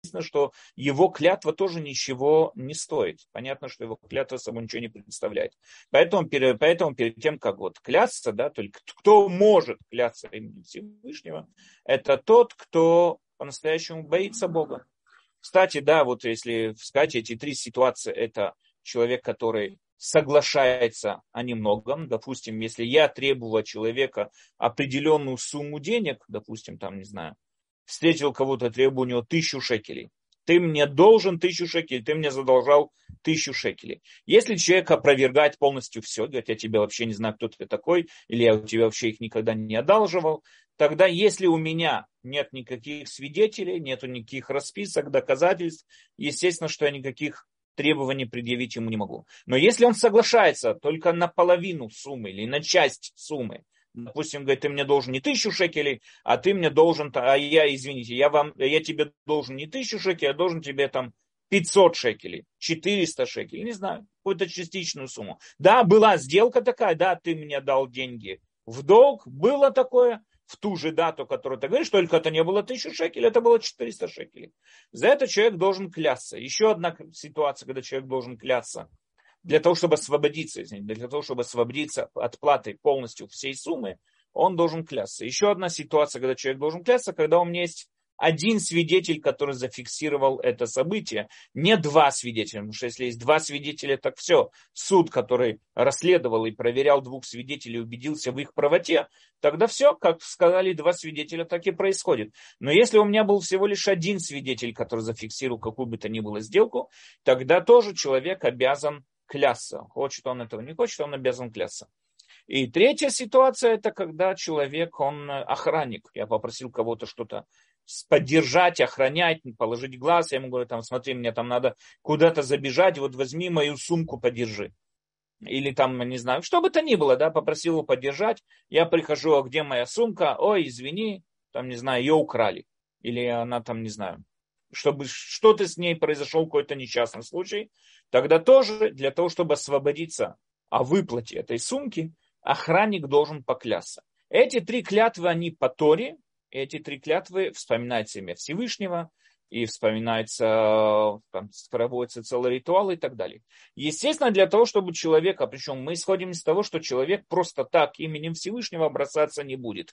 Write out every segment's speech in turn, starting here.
естественно, что его клятва тоже ничего не стоит. Понятно, что его клятва собой ничего не представляет. Поэтому перед тем, как вот клясться, да, только кто может клясться именем Всевышнего, это тот, кто по-настоящему боится Бога. Кстати, да, вот если сказать, эти три ситуации, это человек, который соглашается о немногом. Допустим, если я требую от человека определенную сумму денег, допустим, там, не знаю, встретил кого-то, требую у него 1000 шекелей. Ты мне должен 1000 шекелей, ты мне задолжал 1000 шекелей. Если человек опровергает полностью все, говорит, я тебя вообще не знаю, кто ты такой, или я у тебя вообще их никогда не одалживал, тогда если у меня нет никаких свидетелей, нету никаких расписок, доказательств, естественно, что я никаких требований предъявить ему не могу. Но если он соглашается только на половину суммы или на часть суммы, допустим, говорит, ты мне должен не 1000 шекелей, а ты мне должен, а я, извините, я тебе должен не 1000 шекелей, я должен тебе там 500 шекелей, 400 шекелей, не знаю, какую-то частичную сумму. Да, была сделка такая, да, ты мне дал деньги в долг, было такое, в ту же дату, которую ты говоришь, только это не было 1000 шекелей, это было 400 шекелей. За это человек должен клясться. Еще одна ситуация, когда человек должен клясться. Для того, чтобы освободиться, для того, чтобы освободиться от платы полностью всей суммы, он должен клясться. Еще одна ситуация, когда человек должен клясться, когда у меня есть один свидетель, который зафиксировал это событие, не два свидетеля, потому что если есть два свидетеля, так все. Суд, который расследовал и проверял двух свидетелей, убедился в их правоте, тогда все, как сказали два свидетеля, так и происходит. Но если у меня был всего лишь один свидетель, который зафиксировал какую бы то ни было сделку, тогда тоже человек обязан клясться. Хочет он этого, не хочет, он обязан клясться. И третья ситуация, это когда человек, он охранник. Я попросил кого-то что-то поддержать, охранять, положить глаз. Я ему говорю, там, смотри, мне там надо куда-то забежать, вот возьми мою сумку, подержи. Или там, не знаю, что бы то ни было, да, попросил его поддержать. Я прихожу, а где моя сумка? Ой, извини, там, не знаю, ее украли. Или она там, не знаю, чтобы что-то с ней произошел, какой-то несчастный случай. Тогда тоже для того, чтобы освободиться о выплате этой сумки, охранник должен поклясться. Эти три клятвы, они по Торе. Эти три клятвы вспоминается имя Всевышнего, и вспоминается, там, проводится целый ритуал и так далее. Естественно, для того, чтобы человека, причем мы исходим из того, что человек просто так именем Всевышнего бросаться не будет.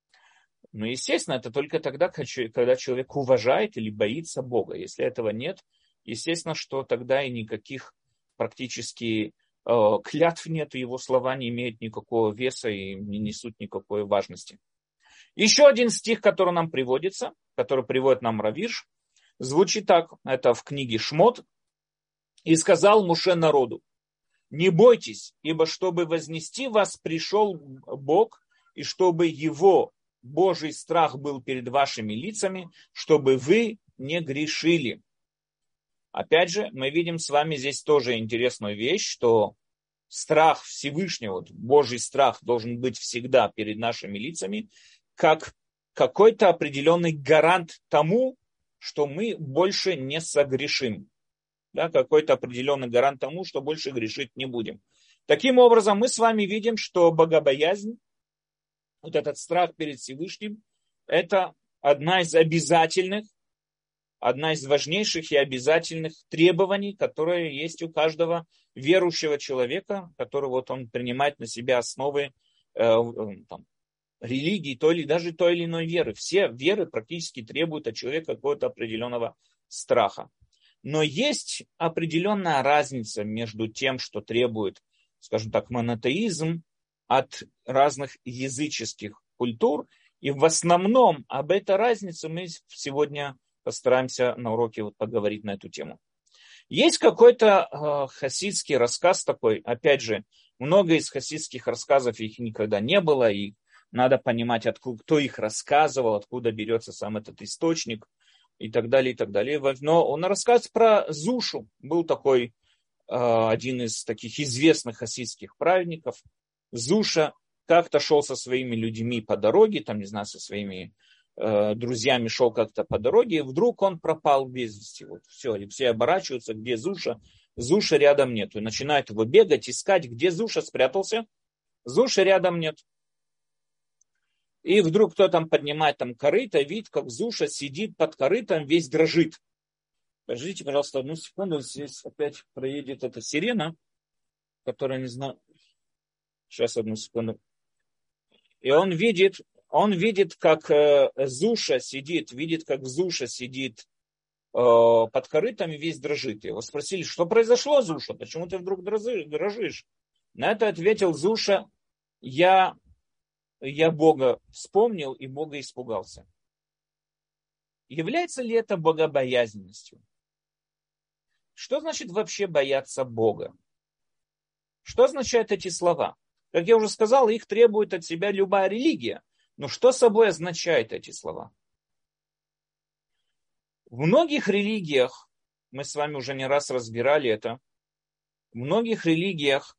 Но, естественно, это только тогда, когда человек уважает или боится Бога. Если этого нет, естественно, что тогда и никаких практически клятв нет, и его слова не имеют никакого веса и не несут никакой важности. Еще один стих, который нам приводится, который приводит нам Рав Ирш, звучит так, это в книге Шмот. «И сказал Муше народу, не бойтесь, ибо чтобы вознести вас пришел Бог, и чтобы его Божий страх был перед вашими лицами, чтобы вы не грешили». Опять же, мы видим с вами здесь тоже интересную вещь, что страх Всевышнего, вот Божий страх должен быть всегда перед нашими лицами, как какой-то определенный гарант тому, что мы больше не согрешим. Да, какой-то определенный гарант тому, что больше грешить не будем. Таким образом, мы с вами видим, что богобоязнь, вот этот страх перед Всевышним, это одна из важнейших и обязательных требований, которые есть у каждого верующего человека, который вот он принимает на себя основы религии, даже той или иной веры. Все веры практически требуют от человека какого-то определенного страха. Но есть определенная разница между тем, что требует, скажем так, монотеизм от разных языческих культур. И в основном об этой разнице мы сегодня постараемся на уроке вот поговорить на эту тему. Есть какой-то хасидский рассказ такой. Опять же, много из хасидских рассказов, их никогда не было, и надо понимать, откуда, кто их рассказывал, откуда берется сам этот источник и так далее, и так далее. Но он рассказывает про Зушу. Был такой один из таких известных хасидских праведников. Зуша как-то шел со своими людьми по дороге, там, не знаю, со своими друзьями шел как-то по дороге, и вдруг он пропал без вести. Вот все оборачиваются, где Зуша. Зуша рядом нету. И начинают его бегать, искать, где Зуша спрятался. Зуши рядом нет. И вдруг кто там поднимает там корыто, видит, как Зуша сидит под корытом, весь дрожит. Подождите, пожалуйста, одну секунду. Здесь опять проедет эта сирена, которая не знаю. Сейчас, одну секунду. И он видит, как Зуша сидит, под корытами, весь дрожит. Его спросили, что произошло, Зуша? Почему ты вдруг дрожишь? На это ответил Зуша: я Бога вспомнил и Бога испугался. Является ли это богобоязненностью? Что значит вообще бояться Бога? Что означают эти слова? Как я уже сказал, их требует от себя любая религия. Но что собой означают эти слова? В многих религиях, мы с вами уже не раз разбирали это, в многих религиях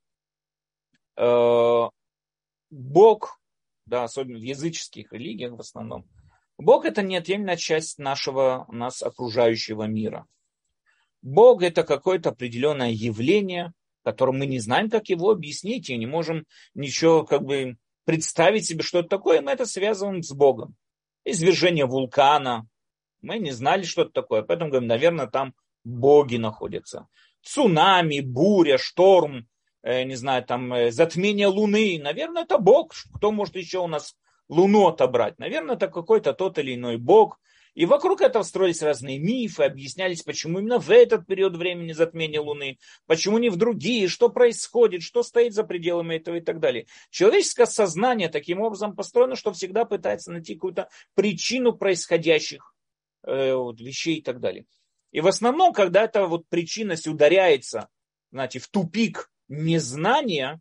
Бог, да, особенно в языческих религиях в основном, Бог — это неотъемлемая часть нас окружающего мира. Бог — это какое-то определенное явление, которое мы не знаем, как его объяснить, и не можем ничего представить себе, что это такое, и мы это связываем с Богом. Извержение вулкана, мы не знали, что это такое, поэтому говорим, наверное, там боги находятся. Цунами, буря, шторм, не знаю, затмение Луны, наверное, это Бог. Кто может еще у нас Луну отобрать? Наверное, это какой-то тот или иной Бог. И вокруг этого строились разные мифы, объяснялись, почему именно в этот период времени затмение Луны, почему не в другие, что происходит, что стоит за пределами этого и так далее. Человеческое сознание таким образом построено, что всегда пытается найти какую-то причину происходящих вещей и так далее. И в основном, когда эта причинность ударяется, знаете, в тупик незнания,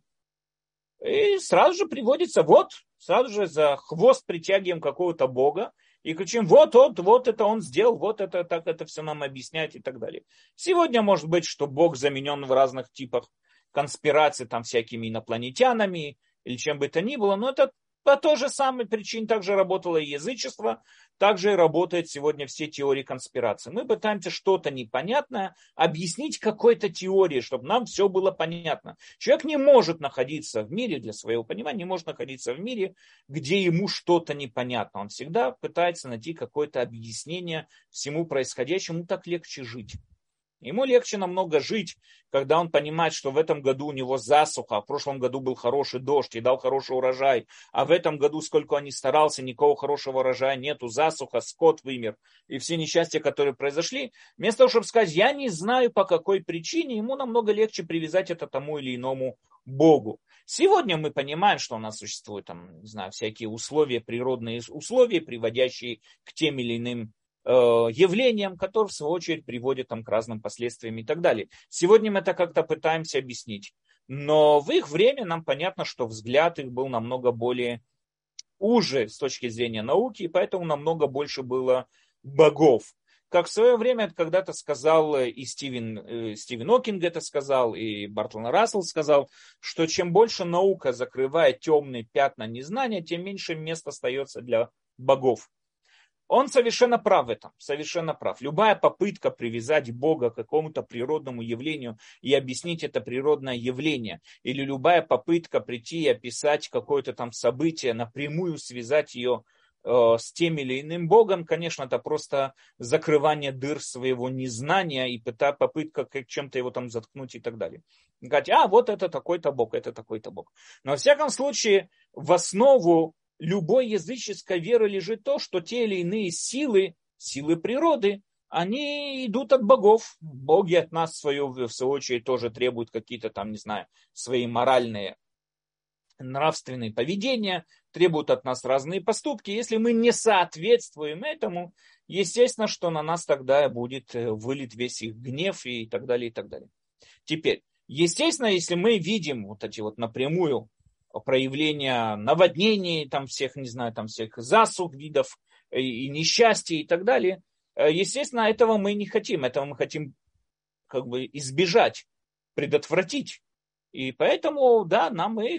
и сразу же приводится, сразу же за хвост притягиваем какого-то Бога, и кричим, вот это он сделал, вот это так это все нам объясняет и так далее. Сегодня может быть, что Бог заменен в разных типах конспираций, всякими инопланетянами или чем бы то ни было, но это по той же самой причине также работало и язычество, также и работают сегодня все теории конспирации. Мы пытаемся что-то непонятное объяснить какой-то теорией, чтобы нам все было понятно. Человек не может находиться в мире, для своего понимания, не может находиться в мире, где ему что-то непонятно. Он всегда пытается найти какое-то объяснение всему происходящему, так легче жить. Ему легче намного жить, когда он понимает, что в этом году у него засуха, а в прошлом году был хороший дождь и дал хороший урожай, а в этом году, сколько он ни старался, никакого хорошего урожая нету, засуха, скот вымер, и все несчастья, которые произошли, вместо того, чтобы сказать, я не знаю по какой причине, ему намного легче привязать это тому или иному Богу. Сегодня мы понимаем, что у нас существуют всякие условия, природные условия, приводящие к тем или иным явлениям, которые в свою очередь приводят к разным последствиям и так далее. Сегодня мы это как-то пытаемся объяснить. Но в их время нам понятно, что взгляд их был намного более уже с точки зрения науки, и поэтому намного больше было богов. Как в свое время когда-то сказал и Стивен Хокинг это сказал, и Бартлон Рассел сказал, что чем больше наука закрывает темные пятна незнания, тем меньше места остается для богов. Он совершенно прав в этом, совершенно прав. Любая попытка привязать Бога к какому-то природному явлению и объяснить это природное явление, или любая попытка прийти и описать какое-то событие, напрямую связать ее с тем или иным Богом, конечно, это просто закрывание дыр своего незнания и попытка чем-то его заткнуть и так далее. Говорить, вот это такой-то Бог, это такой-то Бог. Но во всяком случае, в основу любой языческой веры лежит то, что те или иные силы природы, они идут от богов. Боги от нас, в свою очередь, тоже требуют какие-то свои моральные, нравственные поведения, требуют от нас разные поступки. Если мы не соответствуем этому, естественно, что на нас тогда будет вылит весь их гнев и так далее, и так далее. Теперь, естественно, если мы видим эти напрямую проявления наводнений, всех засух видов и несчастья и так далее. Естественно, этого мы не хотим. Этого мы хотим избежать, предотвратить. И поэтому, мы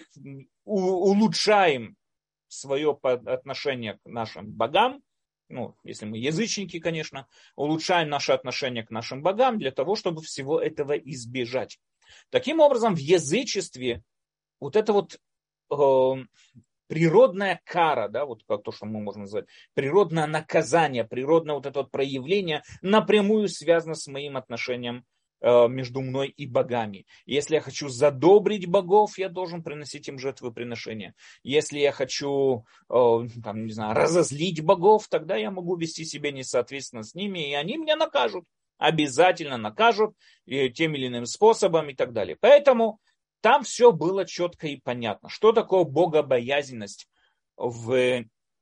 улучшаем свое отношение к нашим богам. Если мы язычники, конечно, улучшаем наше отношение к нашим богам для того, чтобы всего этого избежать. Таким образом, в язычестве это природная кара, да, вот как то, что мы можем назвать, природное наказание, природное вот это вот проявление напрямую связано с моим отношением между мной и богами. Если я хочу задобрить богов, я должен приносить им жертвоприношения. Если я хочу, там, не знаю, разозлить богов, тогда я могу вести себя несоответственно с ними, и они меня накажут. Обязательно накажут тем или иным способом и так далее. Поэтому там все было четко и понятно. Что такое богобоязненность в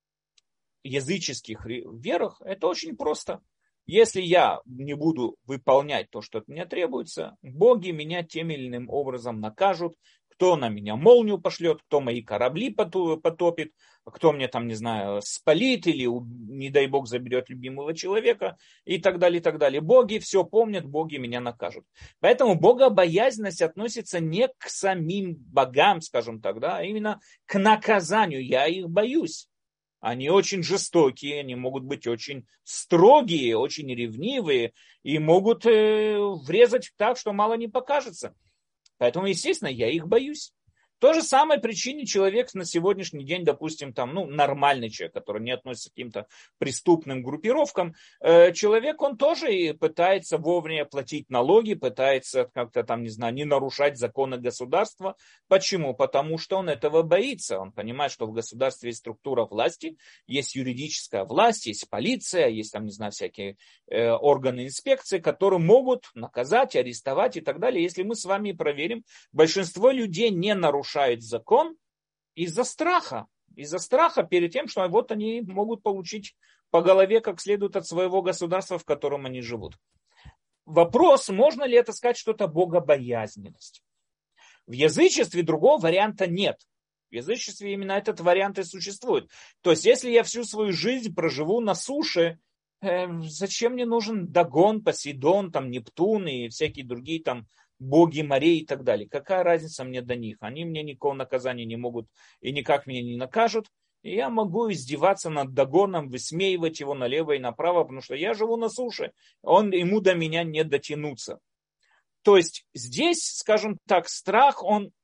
языческих верах? Это очень просто. Если я не буду выполнять то, что от меня требуется, боги меня тем или иным образом накажут. Кто на меня молнию пошлет, кто мои корабли потопит, кто мне там, не знаю, спалит или, не дай бог, заберет любимого человека и так далее, и так далее. Боги все помнят, боги меня накажут. Поэтому богобоязненность относится не к самим богам, скажем так, да, а именно к наказанию. Я их боюсь. Они очень жестокие, они могут быть очень строгие, очень ревнивые и могут врезать так, что мало не покажется. Поэтому, естественно, я их боюсь. То же самое причине человек на сегодняшний день, допустим, там, нормальный человек, который не относится к каким-то преступным группировкам, человек, он тоже и пытается вовремя платить налоги, пытается как-то там, не знаю, не нарушать законы государства. Почему? Потому что он этого боится. Он понимает, что в государстве есть структура власти, есть юридическая власть, есть полиция, есть там, не знаю, всякие органы инспекции, которые могут наказать, арестовать и так далее. Если мы с вами проверим, большинство людей не нарушают закон из-за страха. Из-за страха перед тем, что вот они могут получить по голове как следует от своего государства, в котором они живут. Вопрос, можно ли это сказать, что это богобоязненность. В язычестве другого варианта нет. В язычестве именно этот вариант и существует. То есть, если я всю свою жизнь проживу на суше, зачем мне нужен Дагон, Посейдон, там, Нептун и всякие другие там боги морей и так далее. Какая разница мне до них? Они мне никакого наказания не могут и никак меня не накажут. И я могу издеваться над Дагоном, высмеивать его налево и направо, потому что я живу на суше. Ему до меня не дотянуться. То есть здесь, скажем так, страх,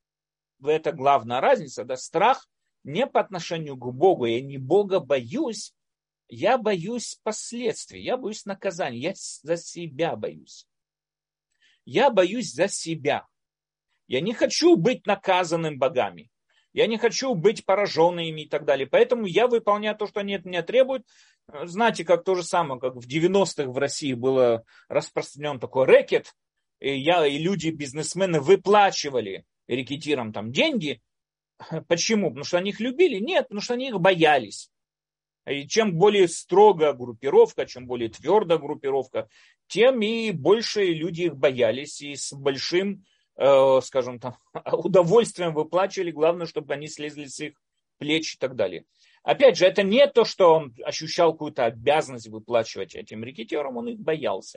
это главная разница. Да, страх не по отношению к Богу. Я не Бога боюсь, я боюсь последствий, я боюсь наказания, я за себя боюсь. Я боюсь за себя. Я не хочу быть наказанным богами. Я не хочу быть пораженным ими и так далее. Поэтому я выполняю то, что они от меня требуют. Знаете, как то же самое, как в 90-х в России было распространен такой рэкет. И люди, бизнесмены, выплачивали рэкетирам там деньги. Почему? Потому что они их любили? Нет, потому что они их боялись. И чем более строгая группировка, чем более твердая группировка, тем и больше люди их боялись и с большим, скажем там, удовольствием выплачивали. Главное, чтобы они слезли с их плеч и так далее. Опять же, это не то, что он ощущал какую-то обязанность выплачивать этим рэкетирам, он их боялся.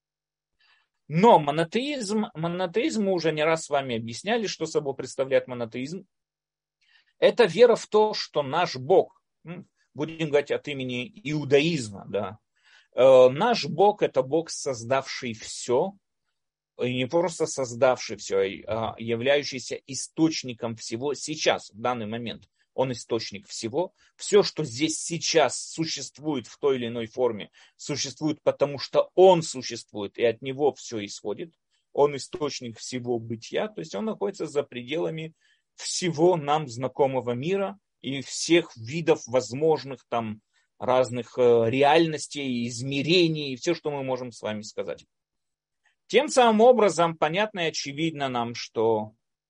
Но монотеизм мы уже не раз с вами объясняли, что собой представляет монотеизм. Это вера в то, что наш Бог, будем говорить от имени иудаизма, да. Наш Бог – это Бог, создавший все, и не просто создавший все, а являющийся источником всего сейчас, в данный момент. Он источник всего. Все, что здесь сейчас существует в той или иной форме, существует потому, что Он существует, и от Него все исходит. Он источник всего бытия, то есть Он находится за пределами всего нам знакомого мира, и всех видов возможных там разных реальностей, измерений, и все, что мы можем с вами сказать. Тем самым образом понятно и очевидно нам, что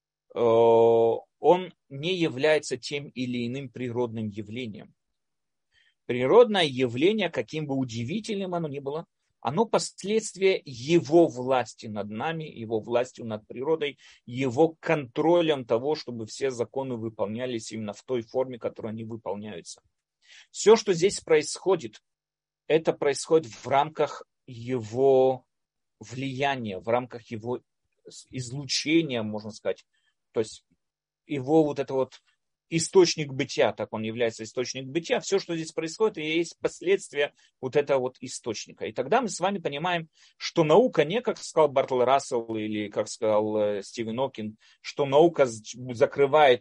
он не является тем или иным природным явлением. Природное явление, каким бы удивительным оно ни было, оно последствие его власти над нами, его властью над природой, его контролем того, чтобы все законы выполнялись именно в той форме, в которой они выполняются. Все, что здесь происходит, это происходит в рамках его влияния, в рамках его излучения, можно сказать. То есть его вот это вот источник бытия, так он является источник бытия, все, что здесь происходит, и есть последствия вот этого вот источника. И тогда мы с вами понимаем, что наука не, как сказал Бартол Рассел или как сказал Стивен Хокинг, что наука закрывает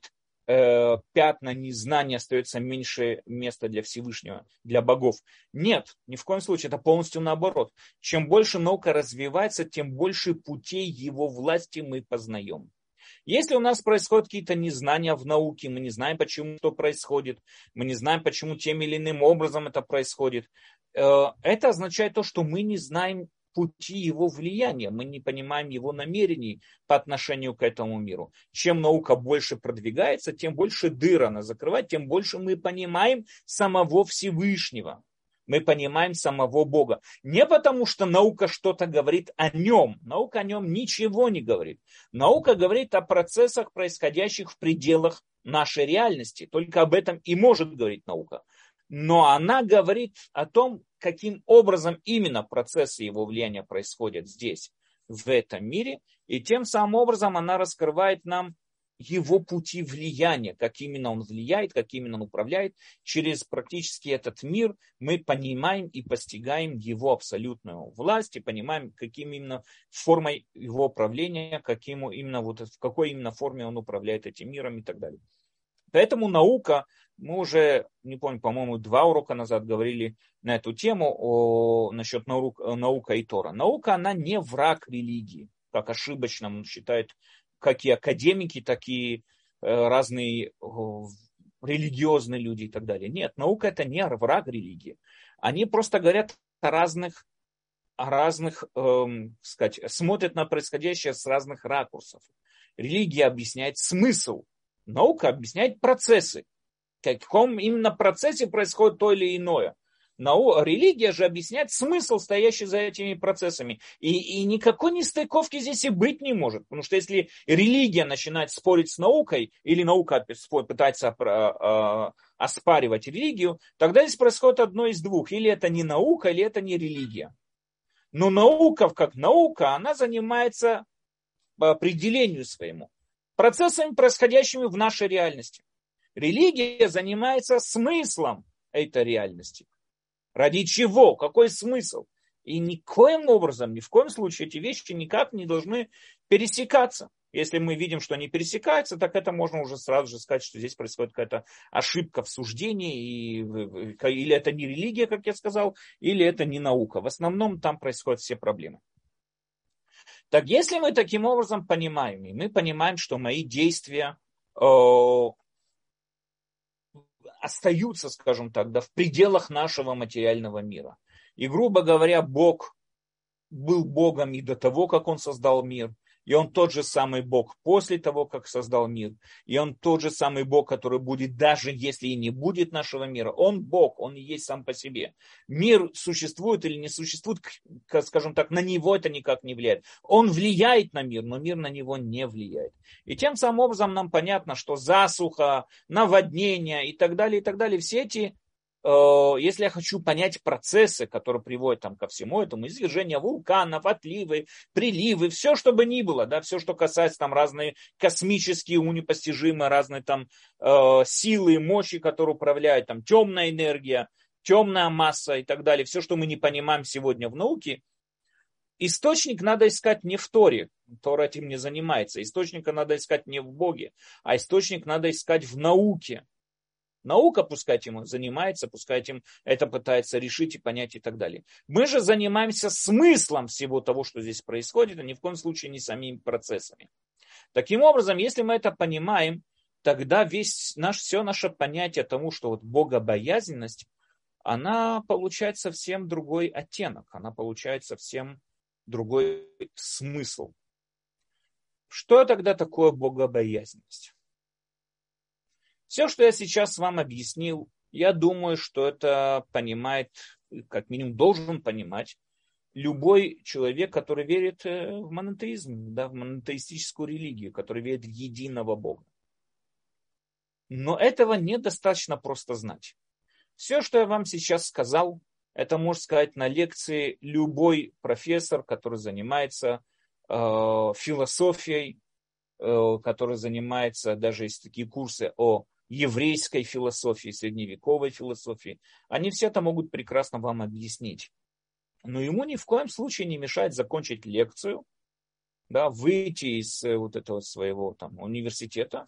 пятна незнания, остается меньше места для Всевышнего, для богов. Нет, ни в коем случае, это полностью наоборот. Чем больше наука развивается, тем больше путей его власти мы познаем. Если у нас происходят какие-то незнания в науке, мы не знаем, почему что происходит, мы не знаем, почему тем или иным образом это происходит, это означает то, что мы не знаем пути его влияния, мы не понимаем его намерений по отношению к этому миру. Чем наука больше продвигается, тем больше дыр она закрывает, тем больше мы понимаем самого Всевышнего. Мы понимаем самого Бога. Не потому, что наука что-то говорит о нем. Наука о нем ничего не говорит. Наука говорит о процессах, происходящих в пределах нашей реальности. Только об этом и может говорить наука. Но она говорит о том, каким образом именно процессы его влияния происходят здесь, в этом мире. И тем самым образом она раскрывает нам его пути влияния, как именно он влияет, как именно он управляет. Через практически этот мир мы понимаем и постигаем его абсолютную власть и понимаем, каким именно формой его управления, каким именно, в какой именно форме он управляет этим миром и так далее. Поэтому наука, мы уже, не помню, по-моему, 2 урока назад говорили на эту тему насчет наука и Тора. Наука, она не враг религии, как ошибочно считают как и академики, так и разные религиозные люди и так далее. Нет, наука это не враг религии. Они просто говорят о разных сказать, смотрят на происходящее с разных ракурсов. Религия объясняет смысл, наука объясняет процессы. В каком именно процессе происходит то или иное. Религия же объясняет смысл, стоящий за этими процессами. И никакой нестыковки здесь и быть не может. Потому что если религия начинает спорить с наукой, или наука пытается оспаривать религию, тогда здесь происходит одно из двух. Или это не наука, или это не религия. Но наука, как наука, она занимается по определению своему процессами, происходящими в нашей реальности. Религия занимается смыслом этой реальности. Ради чего? Какой смысл? И никоим образом, ни в коем случае эти вещи никак не должны пересекаться. Если мы видим, что они пересекаются, так это можно уже сразу же сказать, что здесь происходит какая-то ошибка в суждении. Или это не религия, как я сказал, или это не наука. В основном там происходят все проблемы. Так если мы таким образом понимаем, и мы понимаем, что мои действия остаются, скажем так, в пределах нашего материального мира. И, грубо говоря, Бог был Богом и до того, как Он создал мир. И Он тот же самый Бог после того, как создал мир. И Он тот же самый Бог, который будет, даже если и не будет нашего мира. Он Бог, Он и есть сам по себе. Мир существует или не существует, скажем так, на него это никак не влияет. Он влияет на мир, но мир на него не влияет. И тем самым образом нам понятно, что засуха, наводнение и так далее, все эти... Если я хочу понять процессы, которые приводят ко всему этому, извержения вулканов, отливы, приливы, все, что бы ни было, да, все, что касается разные космические, непостижимые, разные силы, мощи, которые управляют, темная энергия, темная масса и так далее, все, что мы не понимаем сегодня в науке, источник надо искать не в Торе, Тора этим не занимается, источника надо искать не в Боге, а источник надо искать в науке. Наука пускай этим занимается, пускай этим это пытается решить и понять и так далее. Мы же занимаемся смыслом всего того, что здесь происходит, а ни в коем случае не самими процессами. Таким образом, если мы это понимаем, тогда все наше понятие тому, что богобоязненность, она получает совсем другой оттенок, она получает совсем другой смысл. Что тогда такое богобоязненность? Все, что я сейчас вам объяснил, я думаю, что это понимает, как минимум должен понимать, любой человек, который верит в монотеизм, в монотеистическую религию, который верит в единого Бога. Но этого недостаточно просто знать. Все, что я вам сейчас сказал, это, можно сказать, на лекции любой профессор, который занимается философией, который занимается, даже есть такие курсы о еврейской философии, средневековой философии, они все это могут прекрасно вам объяснить. Но ему ни в коем случае не мешает закончить лекцию, да, выйти из этого своего университета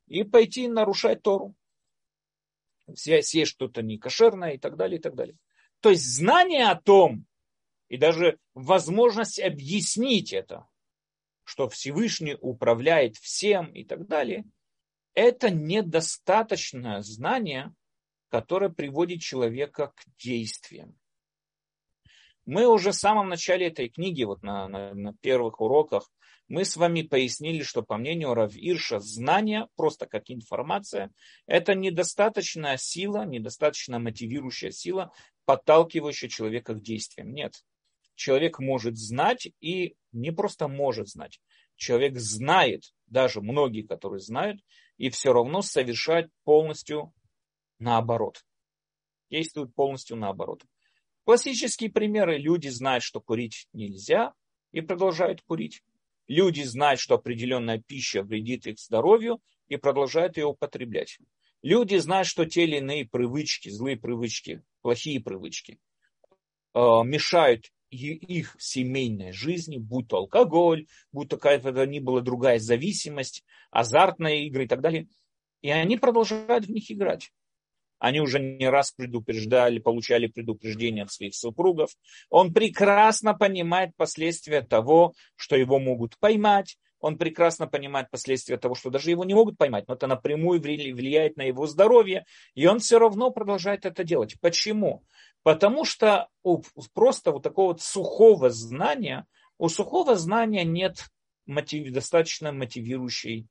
и пойти нарушать Тору. Съесть что-то некошерное и так далее, и так далее. То есть знание о том, и даже возможность объяснить это, что Всевышний управляет всем и так далее, это недостаточное знание, которое приводит человека к действиям. Мы уже в самом начале этой книги, вот на первых уроках, мы с вами пояснили, что по мнению Рав Ирша, знание, просто как информация, это недостаточная сила, недостаточно мотивирующая сила, подталкивающая человека к действиям. Нет. Человек может знать и не просто может знать. Человек знает, даже многие, которые знают, и все равно совершает полностью наоборот. Действует полностью наоборот. Классические примеры. Люди знают, что курить нельзя, и продолжают курить. Люди знают, что определенная пища вредит их здоровью, и продолжают ее употреблять. Люди знают, что те или иные привычки, злые привычки, плохие привычки мешают их семейной жизни, будь то алкоголь, будь то какая-то ни была другая зависимость, азартные игры и так далее. И они продолжают в них играть. Они уже не раз предупреждали, получали предупреждения от своих супругов. Он прекрасно понимает последствия того, что его могут поймать. Он прекрасно понимает последствия того, что даже его не могут поймать, но это напрямую влияет на его здоровье. И он все равно продолжает это делать. Почему? Потому что просто вот такого вот сухого знания, у сухого знания нет достаточно мотивирующей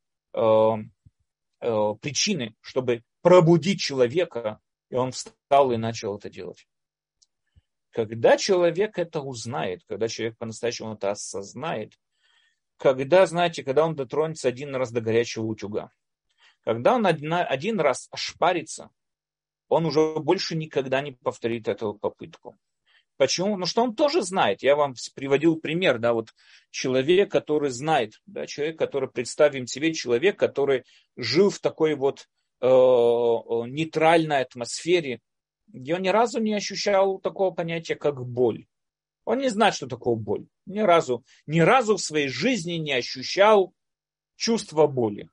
причины, чтобы пробудить человека, и он встал и начал это делать. Когда человек это узнает, когда человек по-настоящему это осознает, когда, знаете, когда он дотронется один раз до горячего утюга, когда он один раз ошпарится, он уже больше никогда не повторит эту попытку. Почему? Потому что он тоже знает. Я вам приводил пример, да, вот человек, который знает, да, человек, который, представим себе, человек, который жил в такой вот нейтральной атмосфере, где он ни разу не ощущал такого понятия, как боль. Он не знает, что такое боль. Ни разу в своей жизни не ощущал чувства боли.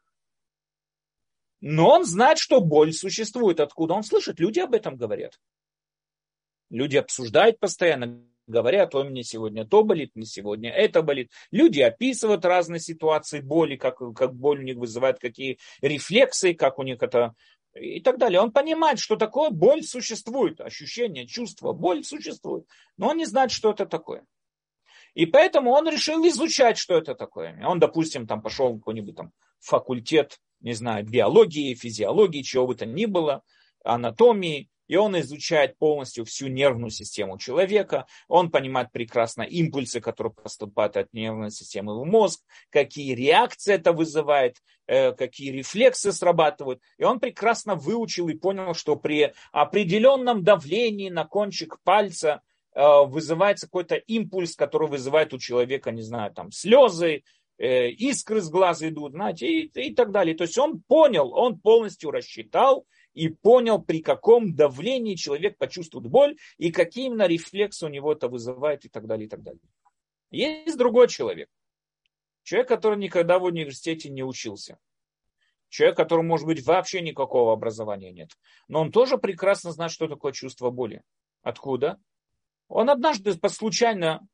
Но он знает, что боль существует. Откуда он слышит? Люди об этом говорят. Люди обсуждают постоянно, говорят, ой, мне сегодня то болит, мне сегодня это болит. Люди описывают разные ситуации боли, как боль у них вызывает, какие рефлексы, как у них это и так далее. Он понимает, что такое боль существует, ощущение, чувство, боль существует, но он не знает, что это такое. И поэтому он решил изучать, что это такое. Он, допустим, там пошел в какой-нибудь там факультет, не знаю, биологии, физиологии, чего бы то ни было, анатомии, и он изучает полностью всю нервную систему человека, он понимает прекрасно импульсы, которые поступают от нервной системы в мозг, какие реакции это вызывает, какие рефлексы срабатывают. И он прекрасно выучил и понял, что при определенном давлении на кончик пальца вызывается какой-то импульс, который вызывает у человека, не знаю, там слезы, искры с глаз идут, знаете, и так далее. То есть он понял, он полностью рассчитал и понял, при каком давлении человек почувствует боль и какие именно рефлексы у него это вызывает и так далее, и так далее. Есть другой человек. Человек, который никогда в университете не учился. Человек, которому, может быть, вообще никакого образования нет. Но он тоже прекрасно знает, что такое чувство боли. Откуда? Он однажды случайно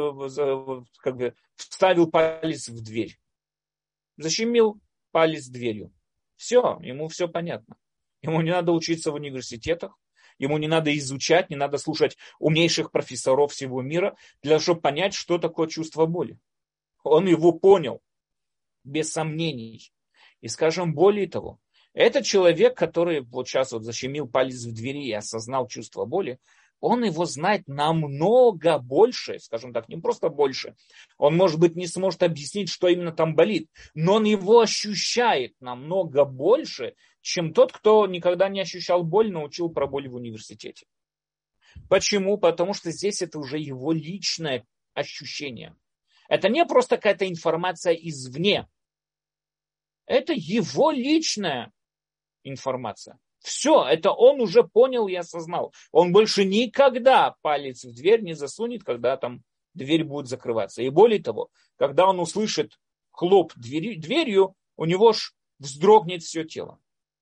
вставил палец в дверь. Защемил палец дверью. Все, ему все понятно. Ему не надо учиться в университетах, ему не надо изучать, не надо слушать умнейших профессоров всего мира, для того, чтобы понять, что такое чувство боли. Он его понял, без сомнений. И, скажем, более того, этот человек, который вот сейчас вот защемил палец в двери и осознал чувство боли, он его знает намного больше, скажем так, не просто больше. Он, может быть, не сможет объяснить, что именно там болит, но он его ощущает намного больше, чем тот, кто никогда не ощущал боль, но учил про боль в университете. Почему? Потому что здесь это уже его личное ощущение. Это не просто какая-то информация извне. Это его личная информация. Все, это он уже понял и осознал. Он больше никогда палец в дверь не засунет, когда там дверь будет закрываться. И более того, когда он услышит хлоп дверью, у него вздрогнет все тело.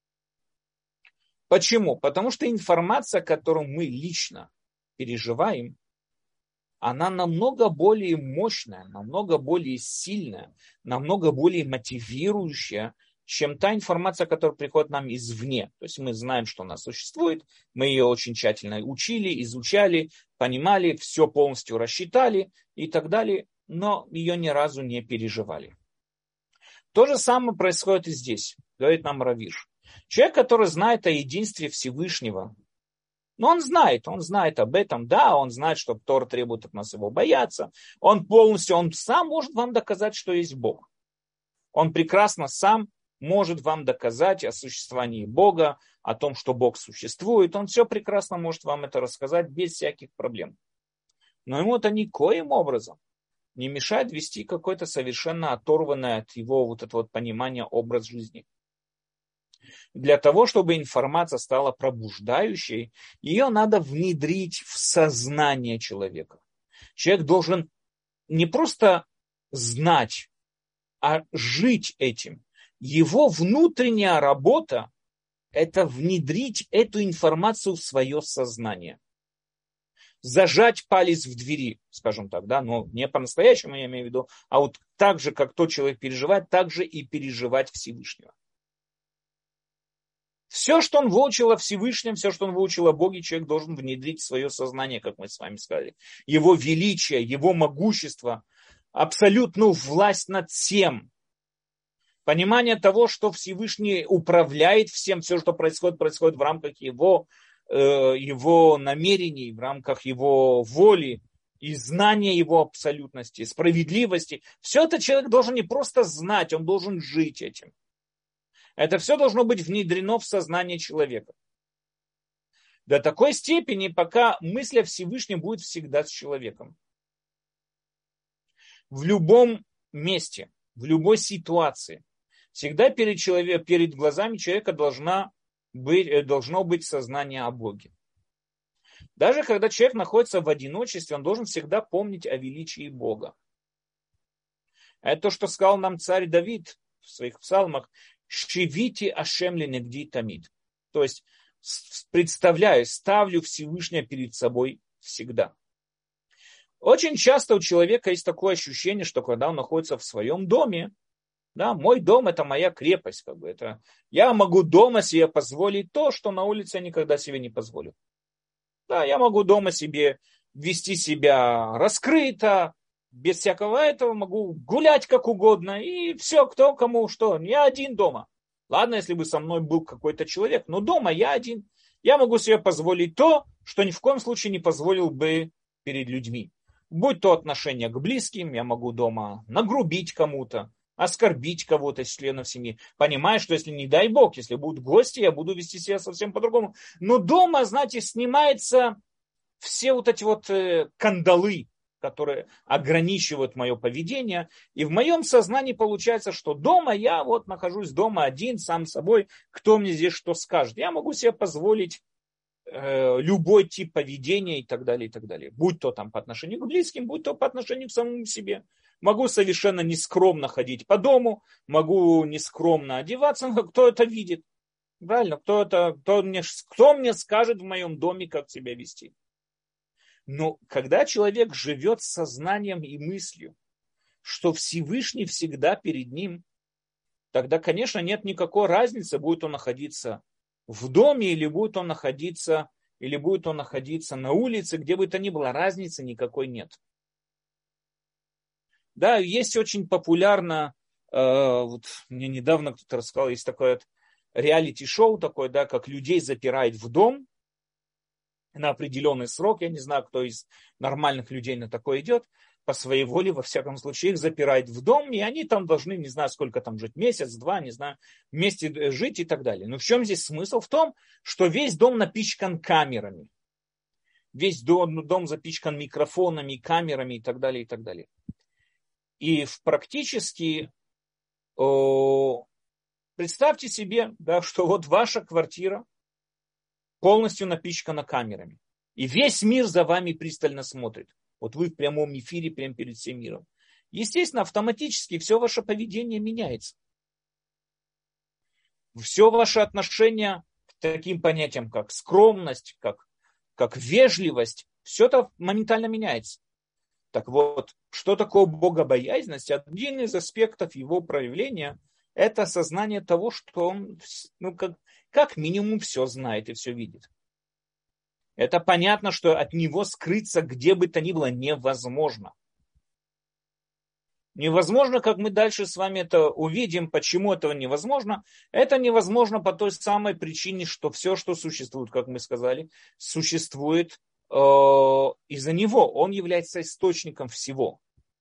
Почему? Потому что информация, которую мы лично переживаем, она намного более мощная, намного более сильная, намного более мотивирующая, чем та информация, которая приходит нам извне. То есть мы знаем, что она существует, мы ее очень тщательно учили, изучали, понимали, все полностью рассчитали и так далее, но ее ни разу не переживали. То же самое происходит и здесь, говорит нам Рав Ирш. Человек, который знает о единстве Всевышнего, но он знает об этом, да, он знает, что Тора требует от нас его бояться, он сам может вам доказать, что есть Бог. Он прекрасно сам может вам доказать о существовании Бога, о том, что Бог существует, он все прекрасно может вам это рассказать без всяких проблем. Но ему это никоим образом не мешает вести какой-то совершенно оторванный от его вот этого понимания образ жизни. Для того, чтобы информация стала пробуждающей, ее надо внедрить в сознание человека. Человек должен не просто знать, а жить этим. Его внутренняя работа – это внедрить эту информацию в свое сознание. Зажать палец в двери, скажем так, да, но не по-настоящему я имею в виду, а вот так же, как тот человек переживает, так же и переживать Всевышнего. Все, что он выучил о Всевышнем, все, что он выучил о Боге, человек должен внедрить в свое сознание, как мы с вами сказали. Его величие, его могущество, абсолютную власть над всем. Понимание того, что Всевышний управляет всем, все, что происходит в рамках его намерений, в рамках его воли и знания его абсолютности, справедливости. Все это человек должен не просто знать, он должен жить этим. Это все должно быть внедрено в сознание человека. До такой степени, пока мысль о Всевышнем будет всегда с человеком. В любом месте, в любой ситуации, всегда перед глазами человека должно быть сознание о Боге. Даже когда человек находится в одиночестве, он должен всегда помнить о величии Бога. Это то, что сказал нам царь Давид в своих псалмах: «Шивити Ашем ленегди тамид». То есть, ставлю Всевышнего перед собой всегда. Очень часто у человека есть такое ощущение, что когда он находится в своем доме, да, мой дом – это моя крепость. Я могу дома себе позволить то, что на улице я никогда себе не позволю. Да, я могу дома себе вести себя раскрыто, без всякого этого, могу гулять как угодно, и все, кто кому что. Я один дома. Ладно, если бы со мной был какой-то человек, но дома я один. Я могу себе позволить то, что ни в коем случае не позволил бы перед людьми. Будь то отношение к близким, я могу дома нагрубить кому-то, оскорбить кого-то из членов семьи. Понимая, что если не дай Бог, если будут гости, я буду вести себя совсем по-другому. Но дома, знаете, снимаются все вот эти вот кандалы, которые ограничивают мое поведение. И в моем сознании получается, что дома я вот нахожусь дома один, сам собой, кто мне здесь что скажет. Я могу себе позволить любой тип поведения и так далее, и так далее. Будь то там по отношению к близким, будь то по отношению к самому себе. Могу совершенно нескромно ходить по дому, могу нескромно одеваться, но кто это видит? Правильно, кто мне скажет в моем доме, как себя вести? Но когда человек живет с сознанием и мыслью, что Всевышний всегда перед ним, тогда, конечно, нет никакой разницы, будет он находиться в доме или будет он находиться на улице, где бы то ни было, разницы никакой нет. Да, есть очень популярно, вот мне недавно кто-то рассказал, есть такое реалити-шоу такое, да, как людей запирают в дом на определенный срок. Я не знаю, кто из нормальных людей на такое идет. По своей воле, во всяком случае, их запирают в дом, и они там должны, не знаю, сколько там жить, месяц, два, не знаю, вместе жить и так далее. Но в чем здесь смысл? В том, что весь дом напичкан камерами. Весь дом запичкан микрофонами, камерами и так далее, и так далее. И практически представьте себе, да, что вот ваша квартира полностью напичкана камерами. И весь мир за вами пристально смотрит. Вот вы в прямом эфире, прямо перед всем миром. Естественно, автоматически все ваше поведение меняется. Все ваше отношение к таким понятиям, как скромность, как вежливость, все это моментально меняется. Так вот, что такое богобоязненность? Один из аспектов его проявления – это осознание того, что он, как минимум, все знает и все видит. Это понятно, что от него скрыться где бы то ни было невозможно. Невозможно, как мы дальше с вами это увидим, почему этого невозможно. Это невозможно по той самой причине, что все, что существует, как мы сказали, существует из-за него. Он является источником всего.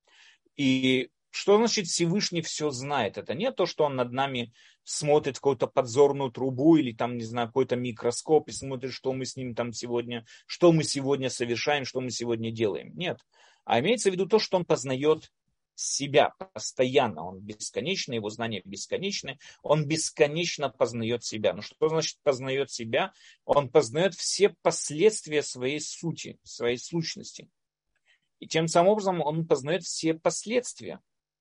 И что значит Всевышний все знает? Это не то, что он над нами смотрит в какую-то подзорную трубу или там, не знаю, какой-то микроскоп и смотрит, что мы с ним там сегодня, что мы сегодня совершаем, что мы сегодня делаем. Нет. А имеется в виду то, что он познает себя постоянно. Он бесконечный, его знания бесконечны. Он бесконечно познает себя. Но что значит познает себя? Он познает все последствия своей сути, своей сущности. И тем самым образом он познает все последствия.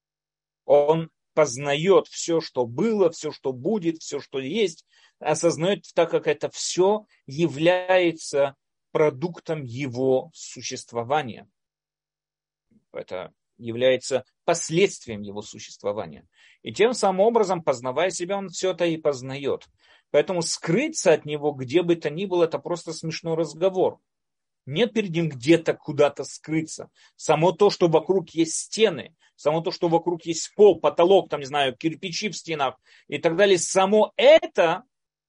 Он познает все, что было, все, что будет, все, что есть, осознает, так как это все является продуктом его существования. Это является последствием его существования. И тем самым образом, познавая себя, он все это и познает. Поэтому скрыться от него, где бы то ни было, это просто смешной разговор. Нет перед ним где-то куда-то скрыться. Само то, что вокруг есть стены, само то, что вокруг есть пол, потолок, там, не знаю, кирпичи в стенах и так далее, само это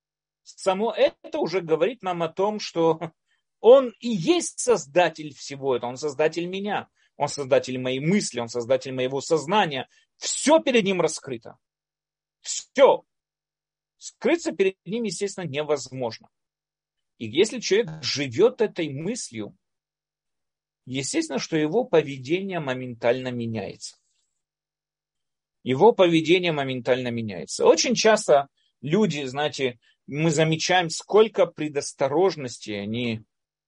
уже говорит нам о том, что он и есть создатель всего этого, он создатель меня, он создатель моей мысли, он создатель моего сознания. Все перед ним раскрыто. Все. Скрыться перед ним, естественно, невозможно. И если человек живет этой мыслью, естественно, что его поведение моментально меняется. Его поведение моментально меняется. Очень часто люди, знаете, мы замечаем, сколько предосторожности они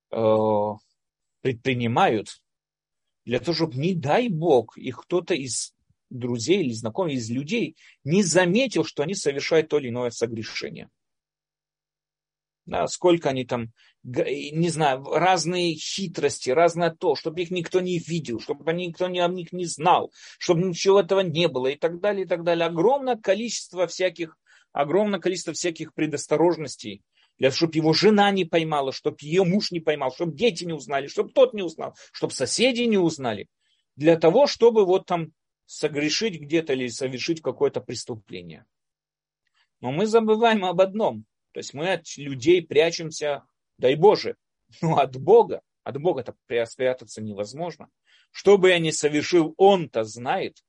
предпринимают для того, чтобы, не дай Бог, их кто-то из друзей или знакомых, из людей не заметил, что они совершают то или иное согрешение. Да, сколько они там, не знаю, разные хитрости, разное то, чтобы их никто не видел, чтобы никто о них не знал, чтобы ничего этого не было и так далее, и так далее. Огромное количество всяких предосторожностей, для того, чтобы его жена не поймала, чтобы ее муж не поймал, чтобы дети не узнали, чтобы тот не узнал, чтобы соседи не узнали. Для того, чтобы вот там согрешить где-то или совершить какое-то преступление. Но мы забываем об одном. То есть мы от людей прячемся, дай Боже, но от Бога-то спрятаться невозможно. Что бы я ни совершил, Он-то знает.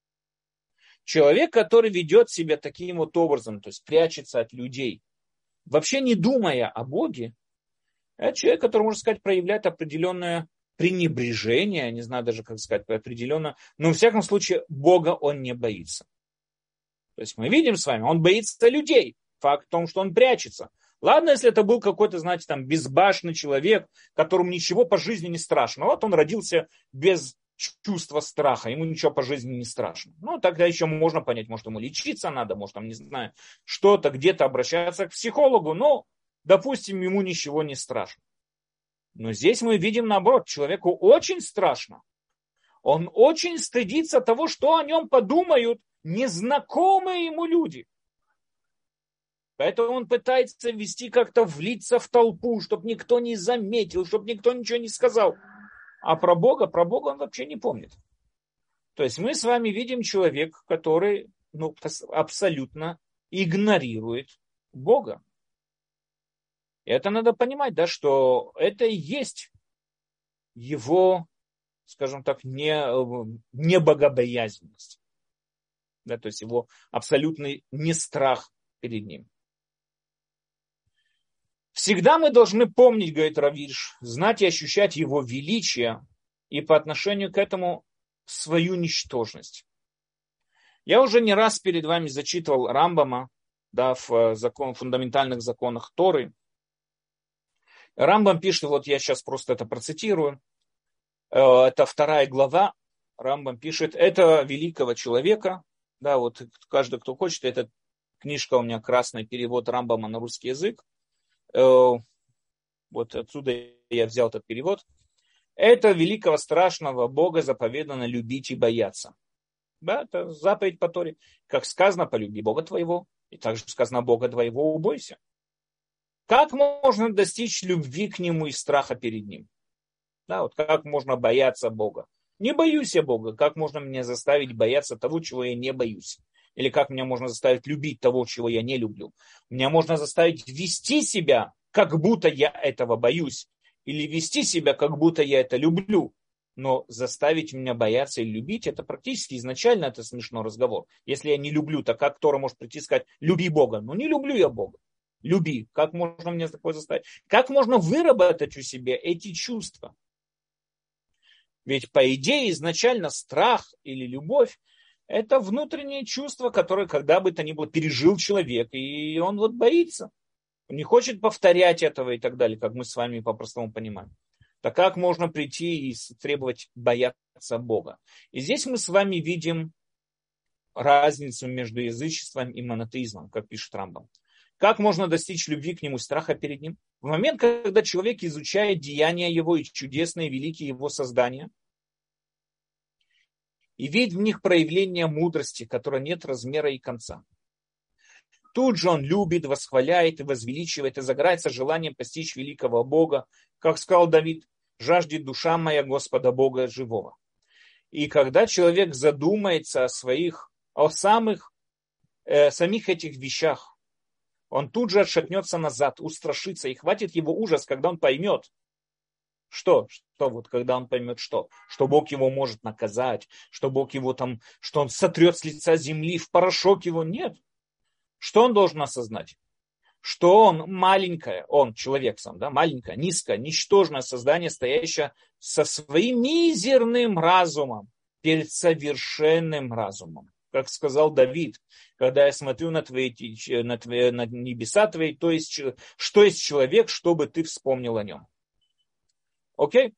Человек, который ведет себя таким вот образом, то есть прячется от людей, вообще не думая о Боге, это человек, который, можно сказать, проявляет определенное пренебрежение, не знаю даже, как сказать, определенно, но, во всяком случае, Бога он не боится. То есть мы видим с вами, он боится людей. Факт в том, что он прячется. Ладно, если это был какой-то, знаете, там, безбашенный человек, которому ничего по жизни не страшно. Вот он родился без чувства страха, ему ничего по жизни не страшно. Ну, тогда еще можно понять, может, ему лечиться надо, может, там, не знаю, что-то, где-то обращаться к психологу, но, допустим, ему ничего не страшно. Но здесь мы видим, наоборот, человеку очень страшно. Он очень стыдится того, что о нем подумают незнакомые ему люди. Поэтому он пытается вести как-то, влиться в толпу, чтобы никто не заметил, чтобы никто ничего не сказал. А про Бога он вообще не помнит. То есть мы с вами видим человека, который абсолютно игнорирует Бога. И это надо понимать, да, что это и есть его, скажем так, не богобоязненность. Да, то есть его абсолютный нестрах перед ним. Всегда мы должны помнить, говорит Рав Ирш, знать и ощущать его величие и по отношению к этому свою ничтожность. Я уже не раз перед вами зачитывал Рамбама, да, в фундаментальных законах Торы. Рамбам пишет, вот я сейчас просто это процитирую, это 2 глава, Рамбам пишет, это великого человека, да, вот каждый, кто хочет, этот книжка у меня «Красный перевод Рамбама на русский язык». Вот отсюда я взял этот перевод. Это великого страшного Бога заповедано любить и бояться. Да, это заповедь по Торе. Как сказано, полюби Бога твоего. И также сказано, Бога твоего убойся. Как можно достичь любви к Нему и страха перед Ним? Да, вот как можно бояться Бога? Не боюсь я Бога. Как можно меня заставить бояться того, чего я не боюсь? Или как меня можно заставить любить того, чего я не люблю? Меня можно заставить вести себя, как будто я этого боюсь. Или вести себя, как будто я это люблю. Но заставить меня бояться или любить, это практически изначально это смешной разговор. Если я не люблю, то как Тора может прийти и сказать, люби Бога? Ну не люблю я Бога. Люби. Как можно мне такое заставить? Как можно выработать у себя эти чувства? Ведь по идее изначально страх или любовь это внутреннее чувство, которое когда бы то ни было пережил человек, и он вот боится. Он не хочет повторять этого и так далее, как мы с вами по-простому понимаем. Так как можно прийти и требовать бояться Бога? И здесь мы с вами видим разницу между язычеством и монотеизмом, как пишет Рамбам. Как можно достичь любви к Нему, страха перед Ним? В момент, когда человек изучает деяния Его и чудесные, великие Его создания, и видит в них проявление мудрости, которой нет размера и конца. Тут же он любит, восхваляет и возвеличивает, и загорается желанием постичь великого Бога. Как сказал Давид, жаждет душа моя Господа Бога живого. И когда человек задумается о самих этих вещах, он тут же отшатнется назад, устрашится, и хватит его ужас, когда он поймет, что когда он поймет, что Бог его может наказать, что Бог его что он сотрет с лица земли, в порошок его, нет. Что он должен осознать? Что он маленькое, он человек сам, да, маленькое, низкое, ничтожное создание, стоящее со своим мизерным разумом перед совершенным разумом. Как сказал Давид, когда я смотрю на небеса твои, то есть, что есть человек, чтобы ты вспомнил о нем. Окей?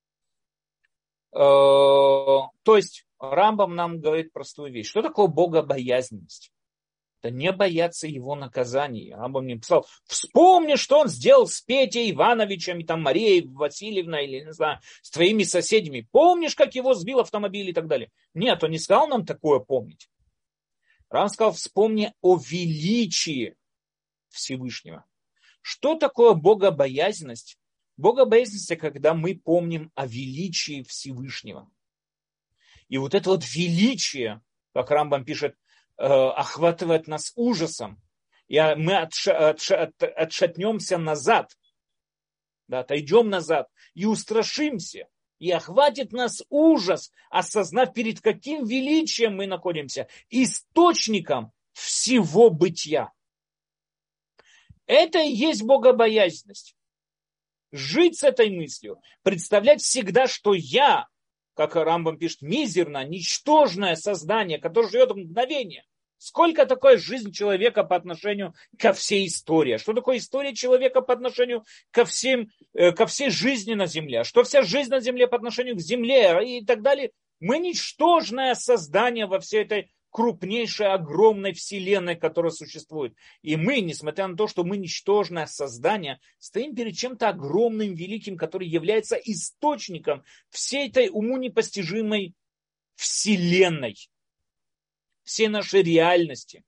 То есть Рамбам нам говорит простую вещь. Что такое богобоязненность? Это не бояться его наказаний. Рамбам мне писал, вспомни, что он сделал с Петей Ивановичем, и там Марией Васильевной, или не знаю, с твоими соседями. Помнишь, как его сбил автомобиль и так далее? Нет, он не сказал нам такое помнить. Рамбам сказал, вспомни о величии Всевышнего. Что такое богобоязненность? Богобоязненность – это когда мы помним о величии Всевышнего. И вот это вот величие, как Рамбам пишет, охватывает нас ужасом. И мы отшатнемся назад, да, отойдем назад и устрашимся. И охватит нас ужас, осознав, перед каким величием мы находимся, источником всего бытия. Это и есть богобоязненность. Жить с этой мыслью, представлять всегда, что я, как Рамбам пишет, мизерное, ничтожное создание, которое живет в мгновение. Сколько такое жизнь человека по отношению ко всей истории? Что такое история человека по отношению ко всей жизни на земле? Что вся жизнь на земле по отношению к земле и так далее? Мы ничтожное создание во всей этой крупнейшей, огромной вселенной, которая существует. И мы, несмотря на то, что мы ничтожное создание, стоим перед чем-то огромным, великим, который является источником всей этой уму непостижимой вселенной, всей нашей реальности.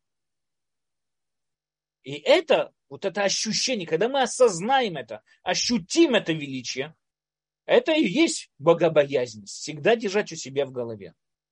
И это, вот это ощущение, когда мы осознаем это, ощутим это величие, это и есть богобоязненность, всегда держать у себя в голове.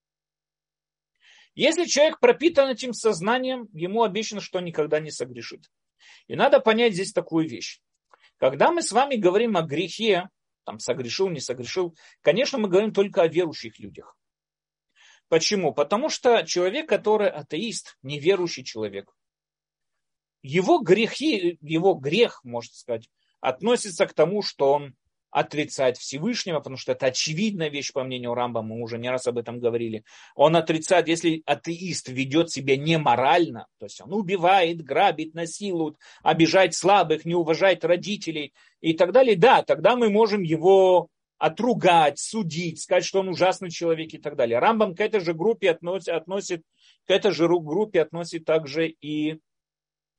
Если человек пропитан этим сознанием, ему обещано, что он никогда не согрешит. И надо понять здесь такую вещь. Когда мы с вами говорим о грехе, там согрешил, не согрешил, конечно, мы говорим только о верующих людях. Почему? Потому что человек, который атеист, неверующий человек, его грех, можно сказать, относится к тому, что он отрицает Всевышнего, потому что это очевидная вещь, по мнению Рамбама, мы уже не раз об этом говорили. Он отрицает, если атеист ведет себя неморально, то есть он убивает, грабит, насилует, обижает слабых, не уважает родителей и так далее, да, тогда мы можем его отругать, судить, сказать, что он ужасный человек и так далее. Рамбам к этой же группе относит также и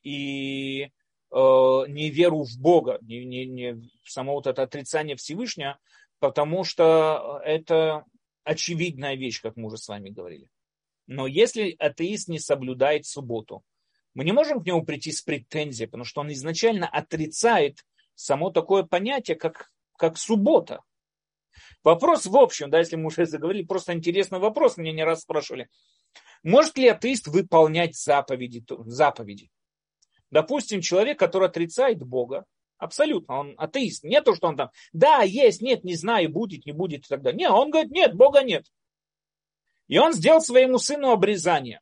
и не веру в Бога, не само вот это отрицание Всевышнего, потому что это очевидная вещь, как мы уже с вами говорили. Но если атеист не соблюдает субботу, мы не можем к нему прийти с претензией, потому что он изначально отрицает само такое понятие, как суббота. Вопрос в общем, да, если мы уже заговорили, просто интересный вопрос, меня не раз спрашивали. Может ли атеист выполнять заповеди? Допустим, человек, который отрицает Бога, абсолютно, он атеист. Не то, что он там, да, есть, нет, не знаю, будет, не будет и так далее. Нет, он говорит, нет, Бога нет. И он сделал своему сыну обрезание.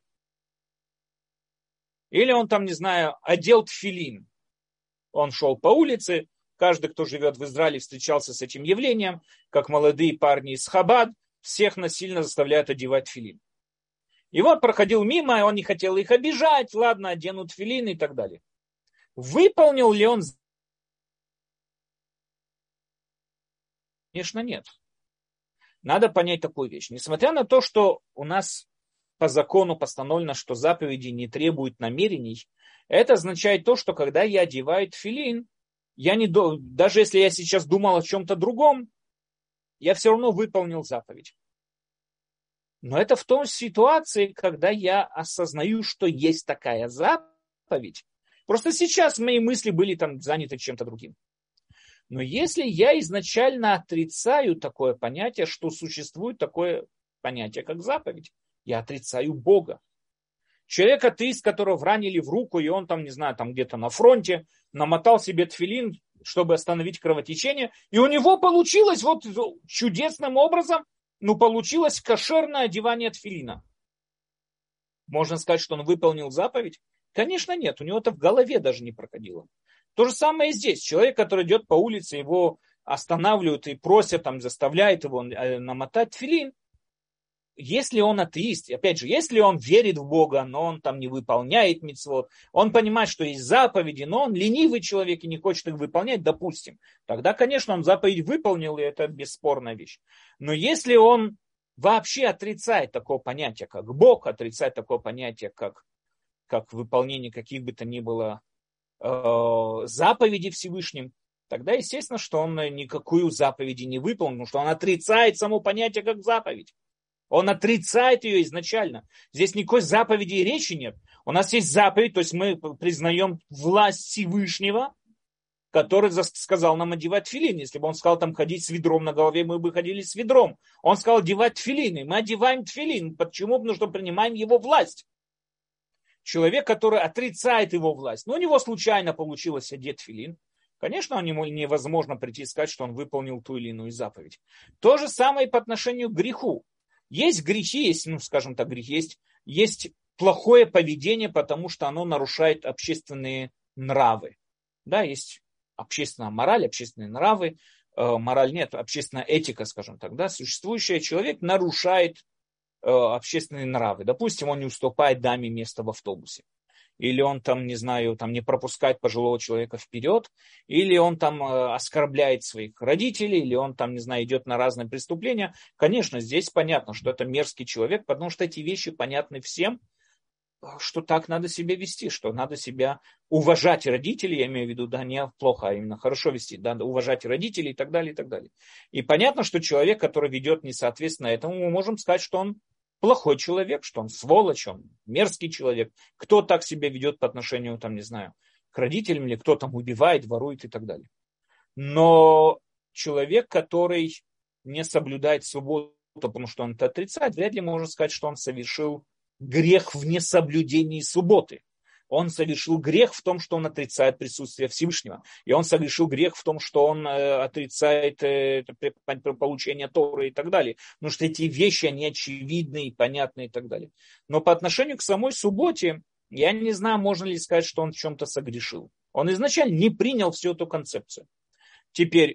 Или он там, не знаю, одел тфилин. Он шел по улице, каждый, кто живет в Израиле, встречался с этим явлением, как молодые парни из Хабад, всех насильно заставляют одевать тфилин. И вот проходил мимо, и он не хотел их обижать, ладно, оденут тфилин и так далее. Выполнил ли он? Конечно, нет. Надо понять такую вещь. Несмотря на то, что у нас по закону постановлено, что заповеди не требуют намерений, это означает то, что когда я одеваю тфилин, даже если я сейчас думал о чем-то другом, я все равно выполнил заповедь. Но это в той ситуации, когда я осознаю, что есть такая заповедь. Просто сейчас мои мысли были там заняты чем-то другим. Но если я изначально отрицаю такое понятие, что существует такое понятие, как заповедь, я отрицаю Бога. Человек атеист, которого ранили в руку, и он там, не знаю, там где-то на фронте, намотал себе тфилин, чтобы остановить кровотечение, и у него получилось вот чудесным образом, получилось кошерное одевание тфилина. Можно сказать, что он выполнил заповедь? Конечно, нет, у него это в голове даже не проходило. То же самое и здесь. Человек, который идет по улице, его останавливают и просят, там, заставляют его намотать тфилин. Если он атеист, опять же, если он верит в Бога, но он там не выполняет мицвот, он понимает, что есть заповеди, но он ленивый человек и не хочет их выполнять, допустим, тогда, конечно, он заповедь выполнил, и это бесспорная вещь. Но если он вообще отрицает такое понятие, как Бог, отрицает такое понятие, как выполнение каких бы то ни было заповедей Всевышним, тогда, естественно, что он никакую заповедь не выполнил, потому что он отрицает само понятие как заповедь. Он отрицает ее изначально. Здесь никакой заповеди и речи нет. У нас есть заповедь, то есть мы признаем власть Всевышнего, который сказал нам одевать тфилин. Если бы он сказал там ходить с ведром на голове, мы бы ходили с ведром. Он сказал одевать тфилин, и мы одеваем тфилин. Почему? Потому что принимаем его власть. Человек, который отрицает его власть, но у него случайно получилось одеть тфилин, конечно, ему невозможно прийти и сказать, что он выполнил ту или иную заповедь. То же самое и по отношению к греху. Есть грехи, есть плохое поведение, потому что оно нарушает общественные нравы. Да, есть общественная мораль, общественные нравы, мораль нет, общественная этика, скажем так. Да, существующий человек нарушает общественные нравы. Допустим, он не уступает даме место в автобусе. Или он там, не знаю, там не пропускает пожилого человека вперед, или он там оскорбляет своих родителей, или он там, не знаю, идет на разные преступления. Конечно, здесь понятно, что это мерзкий человек, потому что эти вещи понятны всем, что так надо себя вести, что надо себя уважать родителей, я имею в виду, да, не плохо, а именно хорошо вести, да, уважать родителей и так далее, и так далее. И понятно, что человек, который ведет несоответственно этому, мы можем сказать, что он плохой человек, что он сволочь, он мерзкий человек. Кто так себя ведет по отношению, там, не знаю, к родителям, или кто там убивает, ворует и так далее. Но человек, который не соблюдает свободу, потому что он это отрицает, вряд ли можно сказать, что он совершил грех в несоблюдении субботы. Он совершил грех в том, что он отрицает присутствие Всевышнего. И он совершил грех в том, что он отрицает получение Торы и так далее. Потому что эти вещи, они очевидны и понятны и так далее. Но по отношению к самой субботе, я не знаю, можно ли сказать, что он в чем-то согрешил. Он изначально не принял всю эту концепцию. Теперь,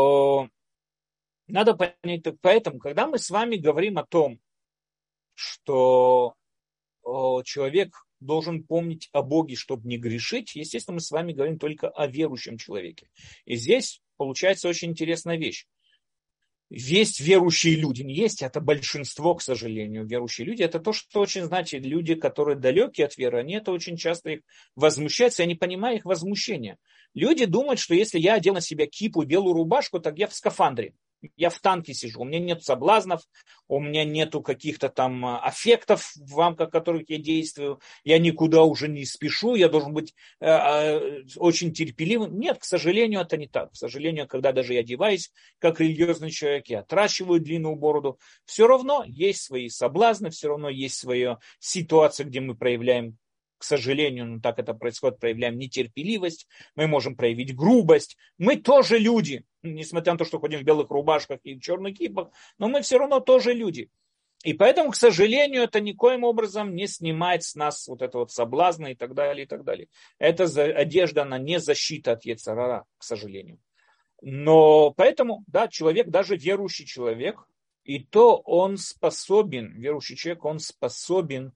надо понять, поэтому, когда мы с вами говорим о том, что человек должен помнить о Боге, чтобы не грешить, естественно, мы с вами говорим только о верующем человеке. И здесь получается очень интересная вещь. есть верующие люди. Не есть, это большинство, к сожалению, верующие люди. Это то, что очень, знаете, люди, которые далеки от веры, они это очень часто их возмущаются, я не понимаю их возмущения. Люди думают, что если я одел на себя кипу, белую рубашку, так я в скафандре. Я в танке сижу, у меня нет соблазнов, у меня нету каких-то там аффектов, в рамках которых я действую, я никуда уже не спешу, я должен быть очень терпеливым. Нет, к сожалению, это не так. К сожалению, когда даже я одеваюсь как религиозный человек, я отращиваю длинную бороду, все равно есть свои соблазны, все равно есть своя ситуация, где мы проявляем, к сожалению, ну так это происходит, проявляем нетерпеливость, мы можем проявить грубость. Мы тоже люди, несмотря на то, что ходим в белых рубашках и в черных кипах, но мы все равно тоже люди. И поэтому, к сожалению, это никоим образом не снимает с нас вот это вот соблазна и так далее, и так далее. Эта одежда, она не защита от йецер гара, к сожалению. Но поэтому, да, человек, даже верующий человек, и то он способен, верующий человек, он способен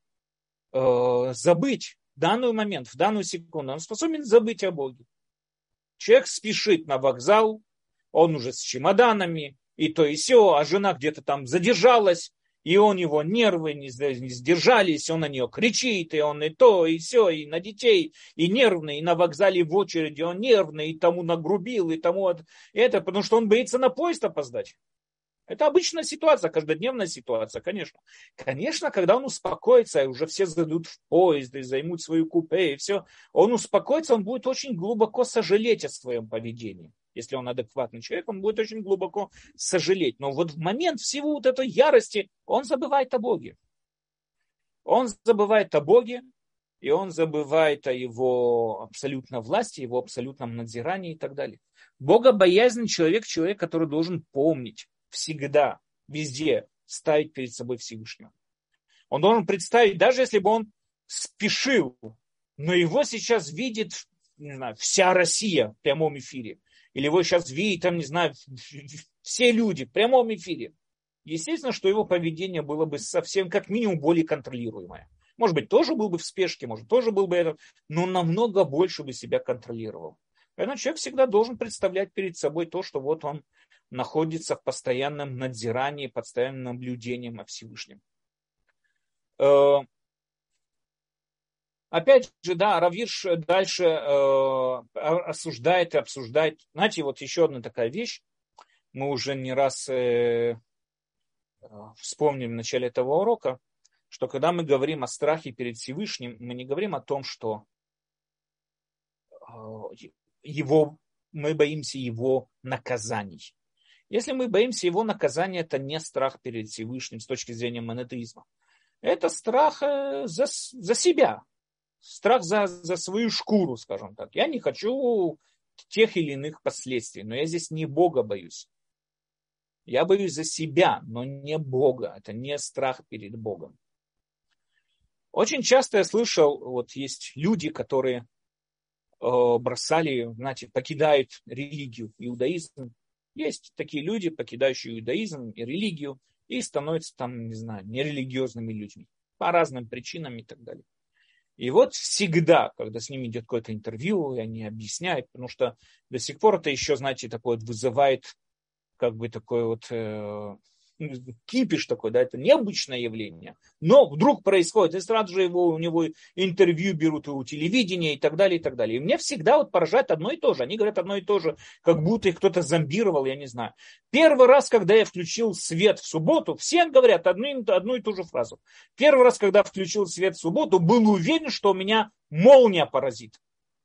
забыть в данный момент, в данную секунду, он способен забыть о Боге. Человек спешит на вокзал, он уже с чемоданами, и то и сё, а жена где-то там задержалась, и его нервы не сдержались, он на нее кричит, и он и то, и сё, и на детей, и нервный, и на вокзале в очереди он нервный, и тому нагрубил, и тому это, потому что он боится на поезд опоздать. Это обычная ситуация, каждодневная ситуация, конечно. Конечно, когда он успокоится, и уже все зайдут в поезд, и займут свою купе, и все, он успокоится, он будет очень глубоко сожалеть о своем поведении. Если он адекватный человек, он будет очень глубоко сожалеть. Но вот в момент всего вот этой ярости он забывает о Боге. Он забывает о Боге, и он забывает о его абсолютной власти, его абсолютном надзирании и так далее. Богобоязненный человек, человек, который должен помнить, всегда, везде ставить перед собой Всевышнего. Он должен представить, даже если бы он спешил, но его сейчас видит, не знаю, вся Россия в прямом эфире. Или его сейчас видят, там, не знаю, все люди в прямом эфире. Естественно, что его поведение было бы совсем, как минимум, более контролируемое. Может быть, тоже был бы в спешке, может, тоже был бы этот, но намного больше бы себя контролировал. Поэтому человек всегда должен представлять перед собой то, что вот он находится в постоянном надзирании, постоянном наблюдении о Всевышнем. Опять же, да, Рав Гирш дальше осуждает и обсуждает. Знаете, вот еще одна такая вещь. Мы уже не раз вспомним в начале этого урока, что когда мы говорим о страхе перед Всевышним, мы не говорим о том, что мы боимся его наказаний. Если мы боимся его наказания, это не страх перед Всевышним с точки зрения монотеизма. Это страх за себя. Страх за свою шкуру, скажем так. Я не хочу тех или иных последствий, но я здесь не Бога боюсь. Я боюсь за себя, но не Бога. Это не страх перед Богом. Очень часто я слышал, вот есть люди, которые бросали, знаете, покидают религию, иудаизм. Есть такие люди, покидающие иудаизм и религию, и становятся там, не знаю, нерелигиозными людьми. По разным причинам и так далее. И вот всегда, когда с ними идет какое-то интервью, и они объясняют, потому что до сих пор это еще, знаете, такое вот вызывает как бы такой вот кипиш такой, да, это необычное явление. Но вдруг происходит, и сразу же у него интервью берут и у телевидения и так далее, и так далее. И мне всегда вот поражает одно и то же. Они говорят одно и то же, как будто их кто-то зомбировал, я не знаю. Первый раз, когда я включил свет в субботу, все говорят одну и ту же фразу. Первый раз, когда включил свет в субботу, был уверен, что у меня молния поразит.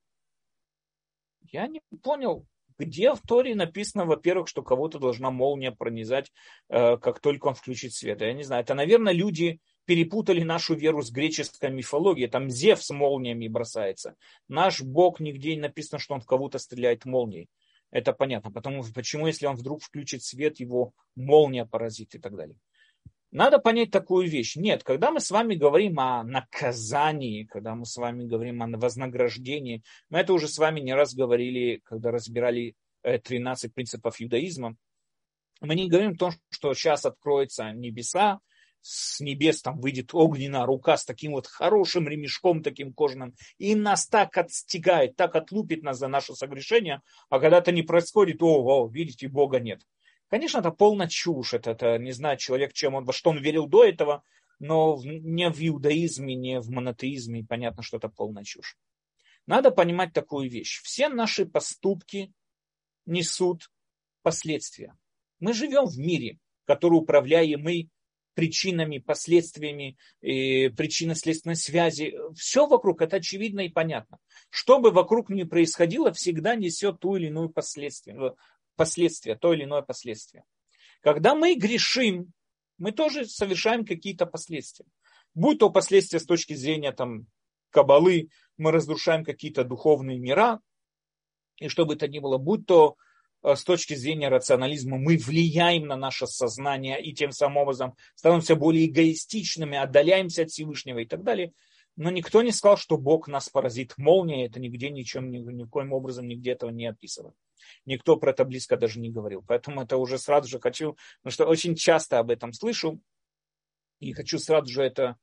Я не понял. Где в Торе написано, во-первых, что кого-то должна молния пронизать, как только он включит свет? Я не знаю. Это, наверное, люди перепутали нашу веру с греческой мифологией. Там Зевс молниями бросается. Наш Бог нигде не написано, что он в кого-то стреляет молнией. Это понятно. Почему, если он вдруг включит свет, его молния поразит и так далее. Надо понять такую вещь. Нет, когда мы с вами говорим о наказании, когда мы с вами говорим о вознаграждении, мы это уже с вами не раз говорили, когда разбирали 13 принципов иудаизма. Мы не говорим о том, что сейчас откроются небеса, с небес там выйдет огненная рука с таким вот хорошим ремешком, таким кожаным, и нас так отстигает, так отлупит нас за наше согрешение, а когда это не происходит, видите, Бога нет. Конечно, это полная чушь. Это не знаю, человек, во что он верил до этого, но не в иудаизме, не в монотеизме. Понятно, что это полная чушь. Надо понимать такую вещь. Все наши поступки несут последствия. Мы живем в мире, который управляемый причинами, последствиями, причинно-следственной связи. Все вокруг это очевидно и понятно. Что бы вокруг ни происходило, всегда несет ту или иную последствие, то или иное последствие. Когда мы грешим, мы тоже совершаем какие-то последствия. Будь то последствия с точки зрения каббалы, мы разрушаем какие-то духовные мира, и что бы то ни было, будь то с точки зрения рационализма, мы влияем на наше сознание и тем самым образом становимся более эгоистичными, отдаляемся от Всевышнего и так далее. Но никто не сказал, что Бог нас поразит молнией, это нигде никоим образом нигде этого не описано. Никто про это близко даже не говорил. Поэтому это уже сразу же хочу, потому что очень часто об этом слышу, и хочу сразу же это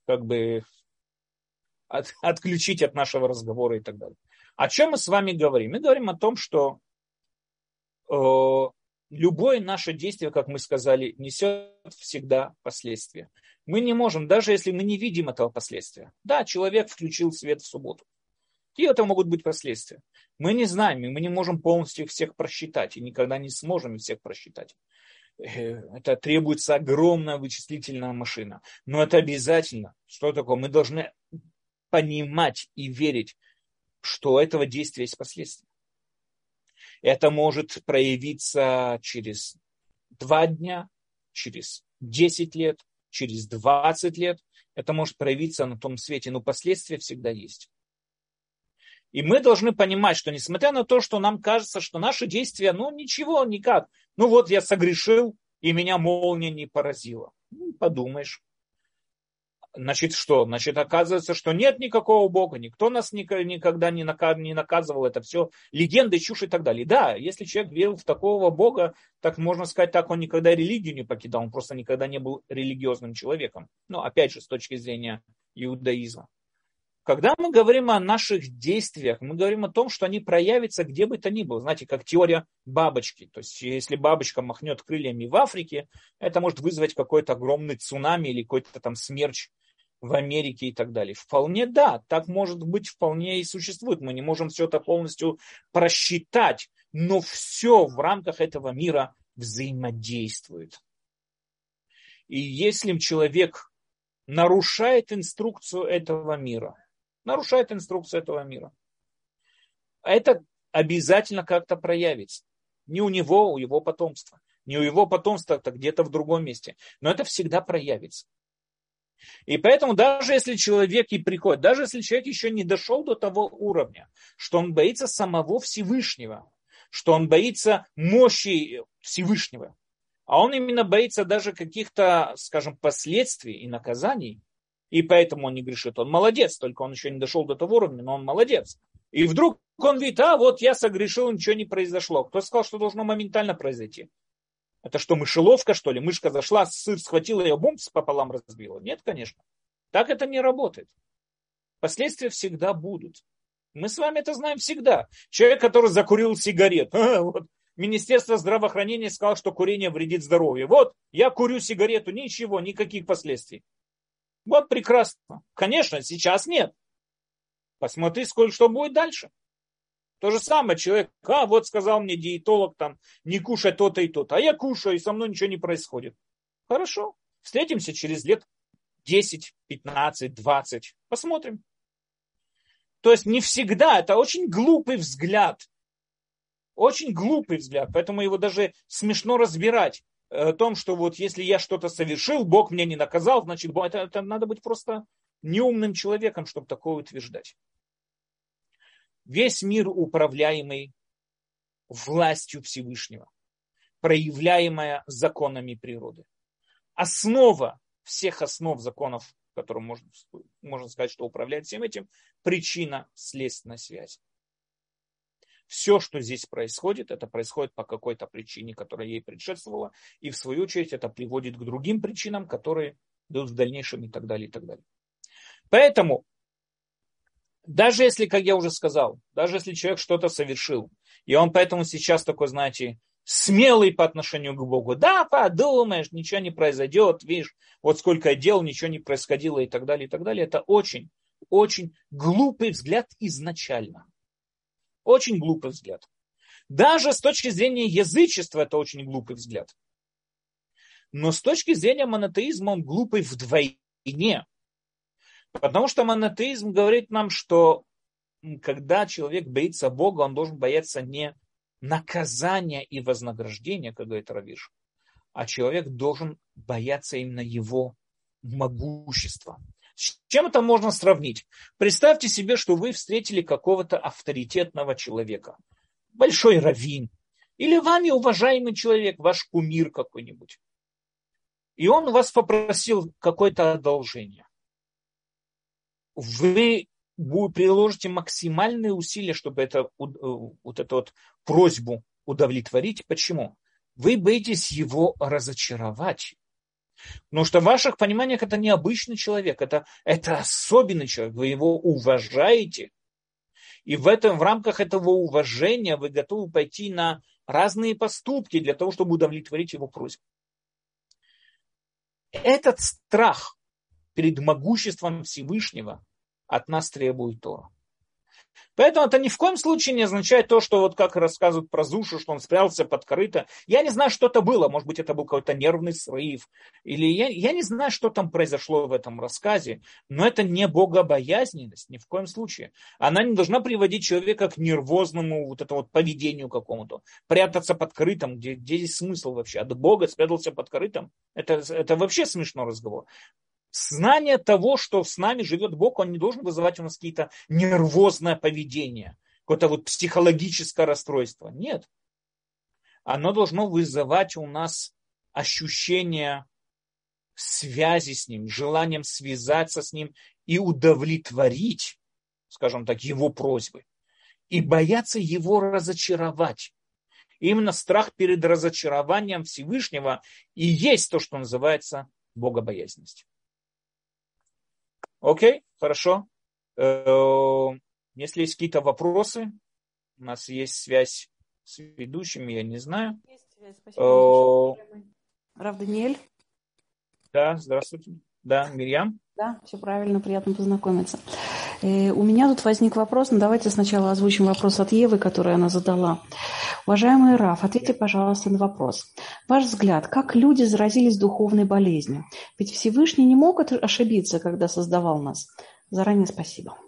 отключить от нашего разговора и так далее. О чем мы с вами говорим? Мы говорим о том, что любое наше действие, как мы сказали, несет всегда последствия. Мы не можем, даже если мы не видим этого последствия. Да, человек включил свет в субботу. И это могут быть последствия. Мы не знаем, и мы не можем полностью их всех просчитать, и никогда не сможем их всех просчитать. Это требуется огромная вычислительная машина. Но это обязательно. Что такое? Мы должны понимать и верить, что у этого действия есть последствия. Это может проявиться через 2 дня, через 10 лет, через 20 лет. Это может проявиться на том свете, но последствия всегда есть. И мы должны понимать, что несмотря на то, что нам кажется, что наши действия, ничего, никак. Вот я согрешил, и меня молния не поразила. Подумаешь. Значит, что? Значит, оказывается, что нет никакого Бога, никто нас никогда не наказывал, это все легенды, чушь и так далее. Да, если человек верил в такого Бога, так можно сказать, так он никогда религию не покидал, он просто никогда не был религиозным человеком. Опять же, с точки зрения иудаизма. Когда мы говорим о наших действиях, мы говорим о том, что они проявятся где бы то ни было. Знаете, как теория бабочки. То есть, если бабочка махнет крыльями в Африке, это может вызвать какой-то огромный цунами или какой-то смерч в Америке и так далее. Вполне да, так может быть, вполне и существует. Мы не можем все это полностью просчитать, но все в рамках этого мира взаимодействует. И если человек нарушает инструкцию этого мира, это обязательно как-то проявится. Не у него, у его потомства. Не у его потомства, а где-то в другом месте. Но это всегда проявится. И поэтому даже если человек и приходит, даже если человек еще не дошел до того уровня, что он боится самого Всевышнего, что он боится мощи Всевышнего, а он именно боится даже каких-то, скажем, последствий и наказаний, и поэтому он не грешит. Он молодец, только он еще не дошел до того уровня, но он молодец. И вдруг он видит, я согрешил, ничего не произошло. Кто сказал, что должно моментально произойти? Это что, мышеловка, что ли? Мышка зашла, сыр схватила ее, бумс, пополам разбила. Нет, конечно. Так это не работает. Последствия всегда будут. Мы с вами это знаем всегда. Человек, который закурил сигарет. Министерство здравоохранения сказало, что курение вредит здоровью. Я курю сигарету, ничего, никаких последствий. Прекрасно. Конечно, сейчас нет. Посмотри, что будет дальше. То же самое человек, сказал мне диетолог, не кушай то-то и то-то, а я кушаю, и со мной ничего не происходит. Хорошо, встретимся через лет 10, 15, 20, посмотрим. То есть не всегда, это очень глупый взгляд. Очень глупый взгляд, поэтому его даже смешно разбирать. О том, что если я что-то совершил, Бог меня не наказал, значит, это надо быть просто неумным человеком, чтобы такое утверждать. Весь мир управляемый властью Всевышнего, проявляемая законами природы. Основа всех основ законов, которым можно сказать, что управляет всем этим, причинно-следственная связь. Все, что здесь происходит, это происходит по какой-то причине, которая ей предшествовала, и в свою очередь это приводит к другим причинам, которые идут в дальнейшем и так далее, и так далее. Поэтому, даже если, как я уже сказал, даже если человек что-то совершил, и он поэтому сейчас такой, знаете, смелый по отношению к Богу. Да, подумаешь, ничего не произойдет, видишь, вот сколько я делал, ничего не происходило и так далее, и так далее. Это очень, очень глупый взгляд изначально. Очень глупый взгляд. Даже с точки зрения язычества это очень глупый взгляд. Но с точки зрения монотеизма он глупый вдвойне. Потому что монотеизм говорит нам, что когда человек боится Бога, он должен бояться не наказания и вознаграждения, как говорит Равиш, а человек должен бояться именно его могущества. С чем это можно сравнить? Представьте себе, что вы встретили какого-то авторитетного человека, большой раввин, или вами уважаемый человек, ваш кумир какой-нибудь, и он вас попросил какое-то одолжение. Вы приложите максимальные усилия, чтобы вот эту просьбу удовлетворить. Почему? Вы боитесь его разочаровать. Потому что в ваших пониманиях это не обычный человек, это особенный человек, вы его уважаете. И в рамках этого уважения вы готовы пойти на разные поступки для того, чтобы удовлетворить его просьбу. Этот страх перед могуществом Всевышнего от нас требует Тора. Поэтому это ни в коем случае не означает то, что вот как рассказывают про Зушу, что он спрятался под корыто. Я не знаю, что это было. Может быть, это был какой-то нервный срыв. Или я не знаю, что там произошло в этом рассказе. Но это не богобоязненность, ни в коем случае. Она не должна приводить человека к нервозному вот этому вот поведению какому-то. Прятаться под корытом. Где здесь смысл вообще? От Бога спрятался под корытом? Это вообще смешной разговор. Знание того, что с нами живет Бог, он не должен вызывать у нас какие-то нервозное поведение, какое-то вот психологическое расстройство. Нет. Оно должно вызывать у нас ощущение связи с ним, желанием связаться с ним и удовлетворить, скажем так, его просьбы. И бояться его разочаровать. Именно страх перед разочарованием Всевышнего и есть то, что называется богобоязненность. Окей, хорошо. Если есть какие-то вопросы, у нас есть связь с ведущими, я не знаю. Есть связь, спасибо. Рав Даниэль? Да, здравствуйте. Да, Мирьям? Да, все правильно, приятно познакомиться. У меня тут возник вопрос, но давайте сначала озвучим вопрос от Евы, который она задала. Уважаемый Рав, ответьте, пожалуйста, на вопрос. Ваш взгляд, как люди заразились духовной болезнью? Ведь Всевышний не мог ошибиться, когда создавал нас. Заранее спасибо.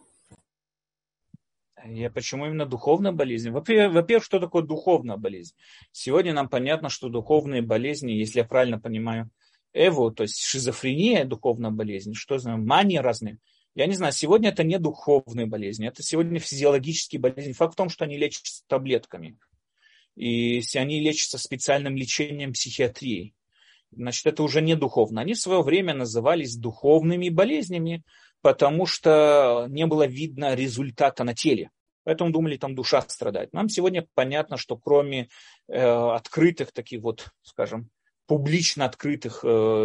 Почему именно духовная болезнь? Во-первых, что такое духовная болезнь? Сегодня нам понятно, что духовные болезни, если я правильно понимаю, то есть шизофрения, духовная болезнь, что знаю, мании разные. Я не знаю, сегодня это не духовные болезни, это сегодня физиологические болезни. Факт в том, что они лечатся таблетками. И они лечатся специальным лечением психиатрии. Значит, это уже не духовно. Они в свое время назывались духовными болезнями, потому что не было видно результата на теле. Поэтому думали, там душа страдает. Нам сегодня понятно, что кроме открытых таких вот, скажем, публично открытых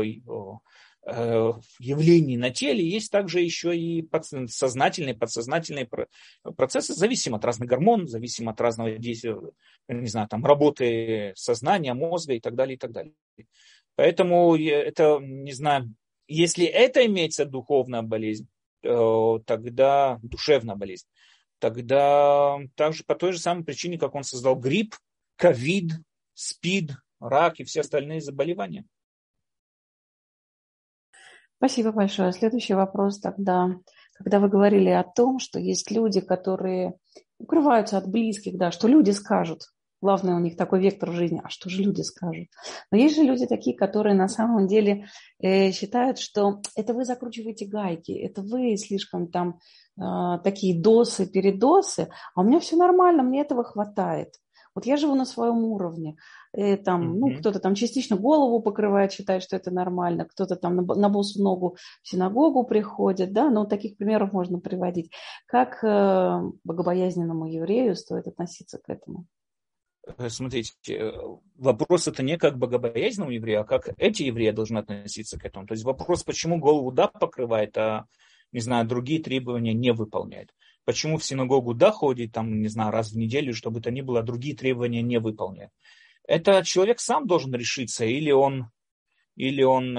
явлений на теле, есть также еще и сознательные, подсознательные процессы, зависимо от разных гормонов, зависимо от разного действия, не знаю, там, работы сознания, мозга и так далее, и так далее. Поэтому это, не знаю, если это имеется духовная болезнь, тогда душевная болезнь, тогда также по той же самой причине, как он создал грипп, ковид, СПИД, рак и все остальные заболевания. Спасибо большое. Следующий вопрос тогда. Когда вы говорили о том, что есть люди, которые укрываются от близких, да, что люди скажут. Главное у них такой вектор в жизни. А что же люди скажут? Но есть же люди такие, которые на самом деле считают, что это вы закручиваете гайки, это вы слишком там такие досы, передосы, а у меня все нормально, мне этого хватает. Вот я живу на своем уровне. Кто-то там частично голову покрывает, считает, что это нормально, кто-то там на босу ногу в синагогу приходит, да, но таких примеров можно приводить. Как богобоязненному еврею стоит относиться к этому? Смотрите, вопрос это не как богобоязненному еврею, а как эти евреи должны относиться к этому. То есть вопрос, почему голову да покрывает, а, не знаю, другие требования не выполняет. Почему в синагогу да ходит, там, не знаю, раз в неделю, чтобы это ни было, а другие требования не выполняет. Это человек сам должен решиться, или он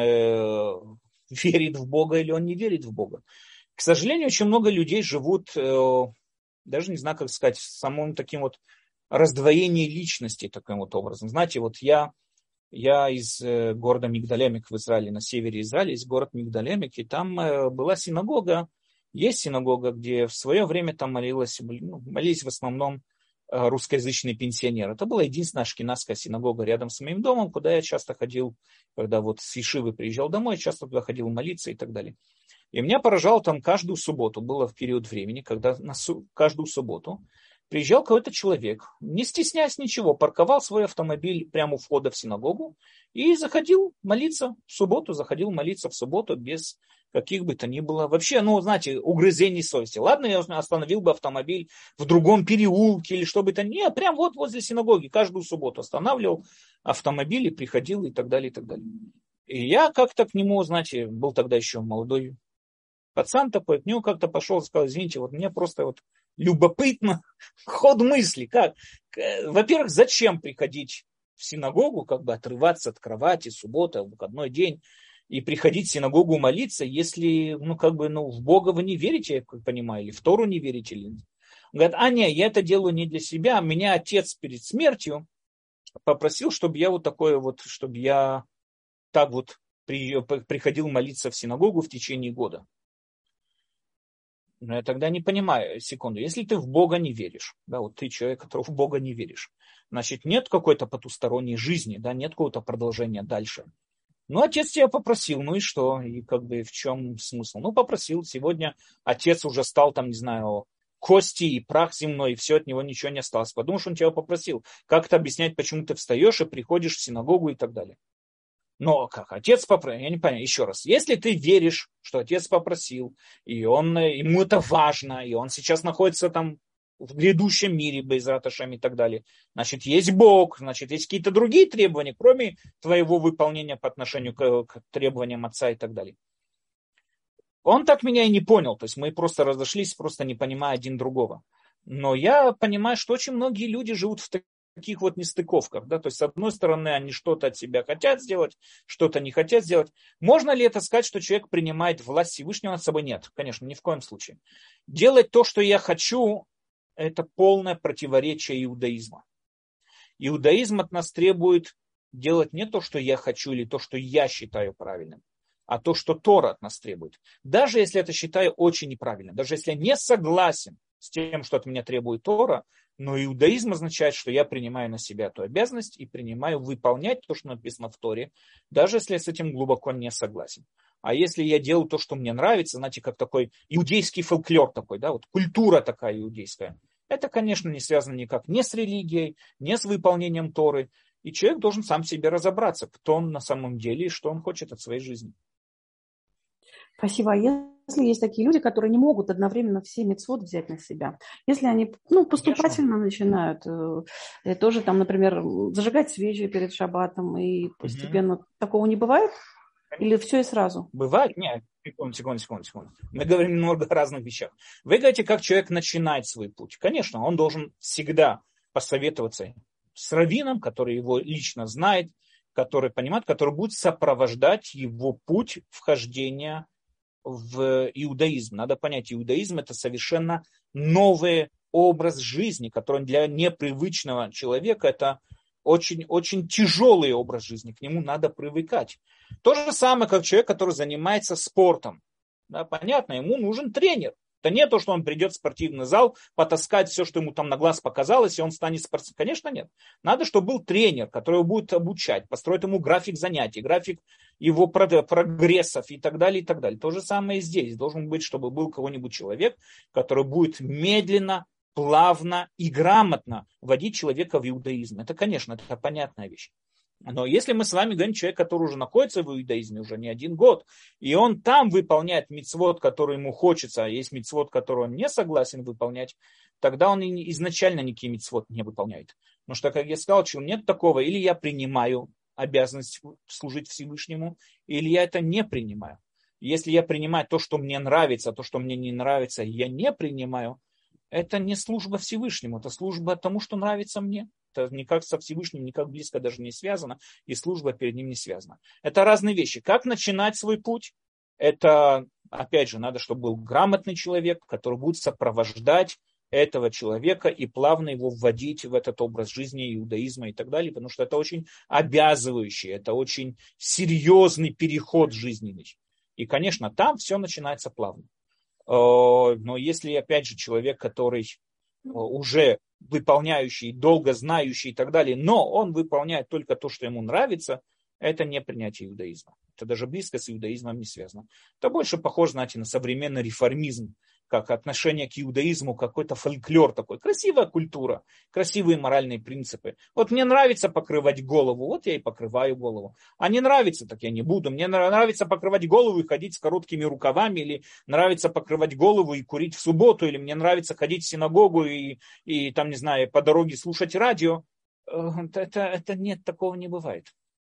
верит в Бога, или он не верит в Бога. К сожалению, очень много людей живут, даже не знаю, как сказать, в самом таким вот раздвоении личности таким вот образом. Знаете, вот я из города Мигдалемик в Израиле, на севере Израиля, есть город Мигдалемик, и там была синагога, есть синагога, где в свое время там молились в основном русскоязычные пенсионеры. Это была единственная ашкеназская синагога рядом с моим домом, куда я часто ходил, когда вот с Ешивы приезжал домой, часто туда ходил молиться и так далее. И меня поражало там каждую субботу, было в период времени, когда каждую субботу приезжал какой-то человек, не стесняясь ничего, парковал свой автомобиль прямо у входа в синагогу и заходил молиться в субботу без каких бы то ни было. Вообще, знаете, угрызений совести. Ладно, я остановил бы автомобиль в другом переулке или что бы то ни было. Прямо вот возле синагоги каждую субботу останавливал автомобиль и приходил и так далее, и так далее. И я как-то к нему, знаете, был тогда еще молодой пацан такой, к нему как-то пошел и сказал: извините, вот мне просто вот любопытно ход мысли. Как? Во-первых, зачем приходить в синагогу, как бы отрываться от кровати, суббота, выходной день, и приходить в синагогу молиться, если, в Бога вы не верите, я как понимаю, или в Тору не верите. Он говорит: не, я это делаю не для себя, меня отец перед смертью попросил, чтобы я чтобы я так вот приходил молиться в синагогу в течение года. Но я тогда не понимаю, секунду, если ты в Бога не веришь, да, вот ты человек, который в Бога не веришь, значит, нет какой-то потусторонней жизни, да, нет какого-то продолжения дальше. Отец тебя попросил, и что? И как бы в чем смысл? Попросил, сегодня отец уже стал там, не знаю, кости и прах земной, и все, от него ничего не осталось. Потому что он тебя попросил. Как это объяснять, почему ты встаешь и приходишь в синагогу и так далее? Но как? Отец попросил, я не понимаю, еще раз. Если ты веришь, что отец попросил, и ему это важно, и он сейчас находится там в грядущем мире, Бейзрат Ашем и так далее, значит, есть Бог, значит, есть какие-то другие требования, кроме твоего выполнения по отношению к требованиям отца и так далее. Он так меня и не понял, то есть мы просто разошлись, просто не понимая один другого. Но я понимаю, что очень многие люди живут в таких вот нестыковках, да, то есть с одной стороны они что-то от себя хотят сделать, что-то не хотят сделать. Можно ли это сказать, что человек принимает власть Всевышнего над собой? Нет, конечно, ни в коем случае. Делать то, что я хочу, это полное противоречие иудаизма. Иудаизм от нас требует делать не то, что я хочу или то, что я считаю правильным, а то, что Тора от нас требует. Даже если это считаю очень неправильно, даже если я не согласен с тем, что от меня требует Тора, но иудаизм означает, что я принимаю на себя эту обязанность и принимаю выполнять то, что написано в Торе, даже если я с этим глубоко не согласен. А если я делаю то, что мне нравится, знаете, как такой иудейский фольклор такой, да, вот культура такая иудейская, это, конечно, не связано никак ни с религией, ни с выполнением Торы. И человек должен сам себе разобраться, кто он на самом деле и что он хочет от своей жизни. Спасибо. А если есть такие люди, которые не могут одновременно все мицвот взять на себя, если они поступательно начинают, тоже там, например, зажигать свечи перед шаббатом, и постепенно такого не бывает? Или все и сразу? Бывает? Нет, секунду. Мы говорим много о разных вещах. Вы говорите, как человек начинает свой путь. Конечно, он должен всегда посоветоваться с раввином, который его лично знает, который понимает, который будет сопровождать его путь вхождения в иудаизм. Надо понять, иудаизм — это совершенно новый образ жизни, который для непривычного человека это очень, очень тяжелый образ жизни, к нему надо привыкать. То же самое, как человек, который занимается спортом. Да, понятно, ему нужен тренер. Это не то, что он придет в спортивный зал, потаскать все, что ему там на глаз показалось, и он станет спортсменом. Конечно, нет. Надо, чтобы был тренер, который его будет обучать, построить ему график занятий, график его прогрессов и так далее, и так далее. То же самое и здесь. Должен быть, чтобы был кого-нибудь человек, который будет медленно, плавно и грамотно вводить человека в иудаизм. Это, конечно, это понятная вещь. Но если мы с вами говорим человек, который уже находится в иудаизме уже не один год, и он там выполняет мицвот, который ему хочется, а есть мицвот, который он не согласен выполнять, тогда он изначально никакие мицвот не выполняет. Потому что, как я сказал, нет такого, или я принимаю обязанность служить Всевышнему, или я это не принимаю. Если я принимаю то, что мне нравится, то, что мне не нравится, я не принимаю, это не служба Всевышнему, это служба тому, что нравится мне. Это никак со Всевышним, никак близко даже не связано, и служба перед ним не связана. Это разные вещи. Как начинать свой путь? Это, опять же, надо, чтобы был грамотный человек, который будет сопровождать этого человека и плавно его вводить в этот образ жизни, иудаизма и так далее, потому что это очень обязывающий, это очень серьезный переход жизненный. И, конечно, там все начинается плавно. Но если, опять же, человек, который уже выполняющий, долго знающий и так далее, но он выполняет только то, что ему нравится, это не принятие иудаизма. Это даже близко с иудаизмом не связано. Это больше похоже, знаете, на современный реформизм, как отношение к иудаизму, какой-то фольклор такой. Красивая культура, красивые моральные принципы. Вот мне нравится покрывать голову, вот я и покрываю голову. А не нравится, так я не буду. Мне нравится покрывать голову и ходить с короткими рукавами, или нравится покрывать голову и курить в субботу, или мне нравится ходить в синагогу и там, не знаю, по дороге слушать радио. Это нет, такого не бывает.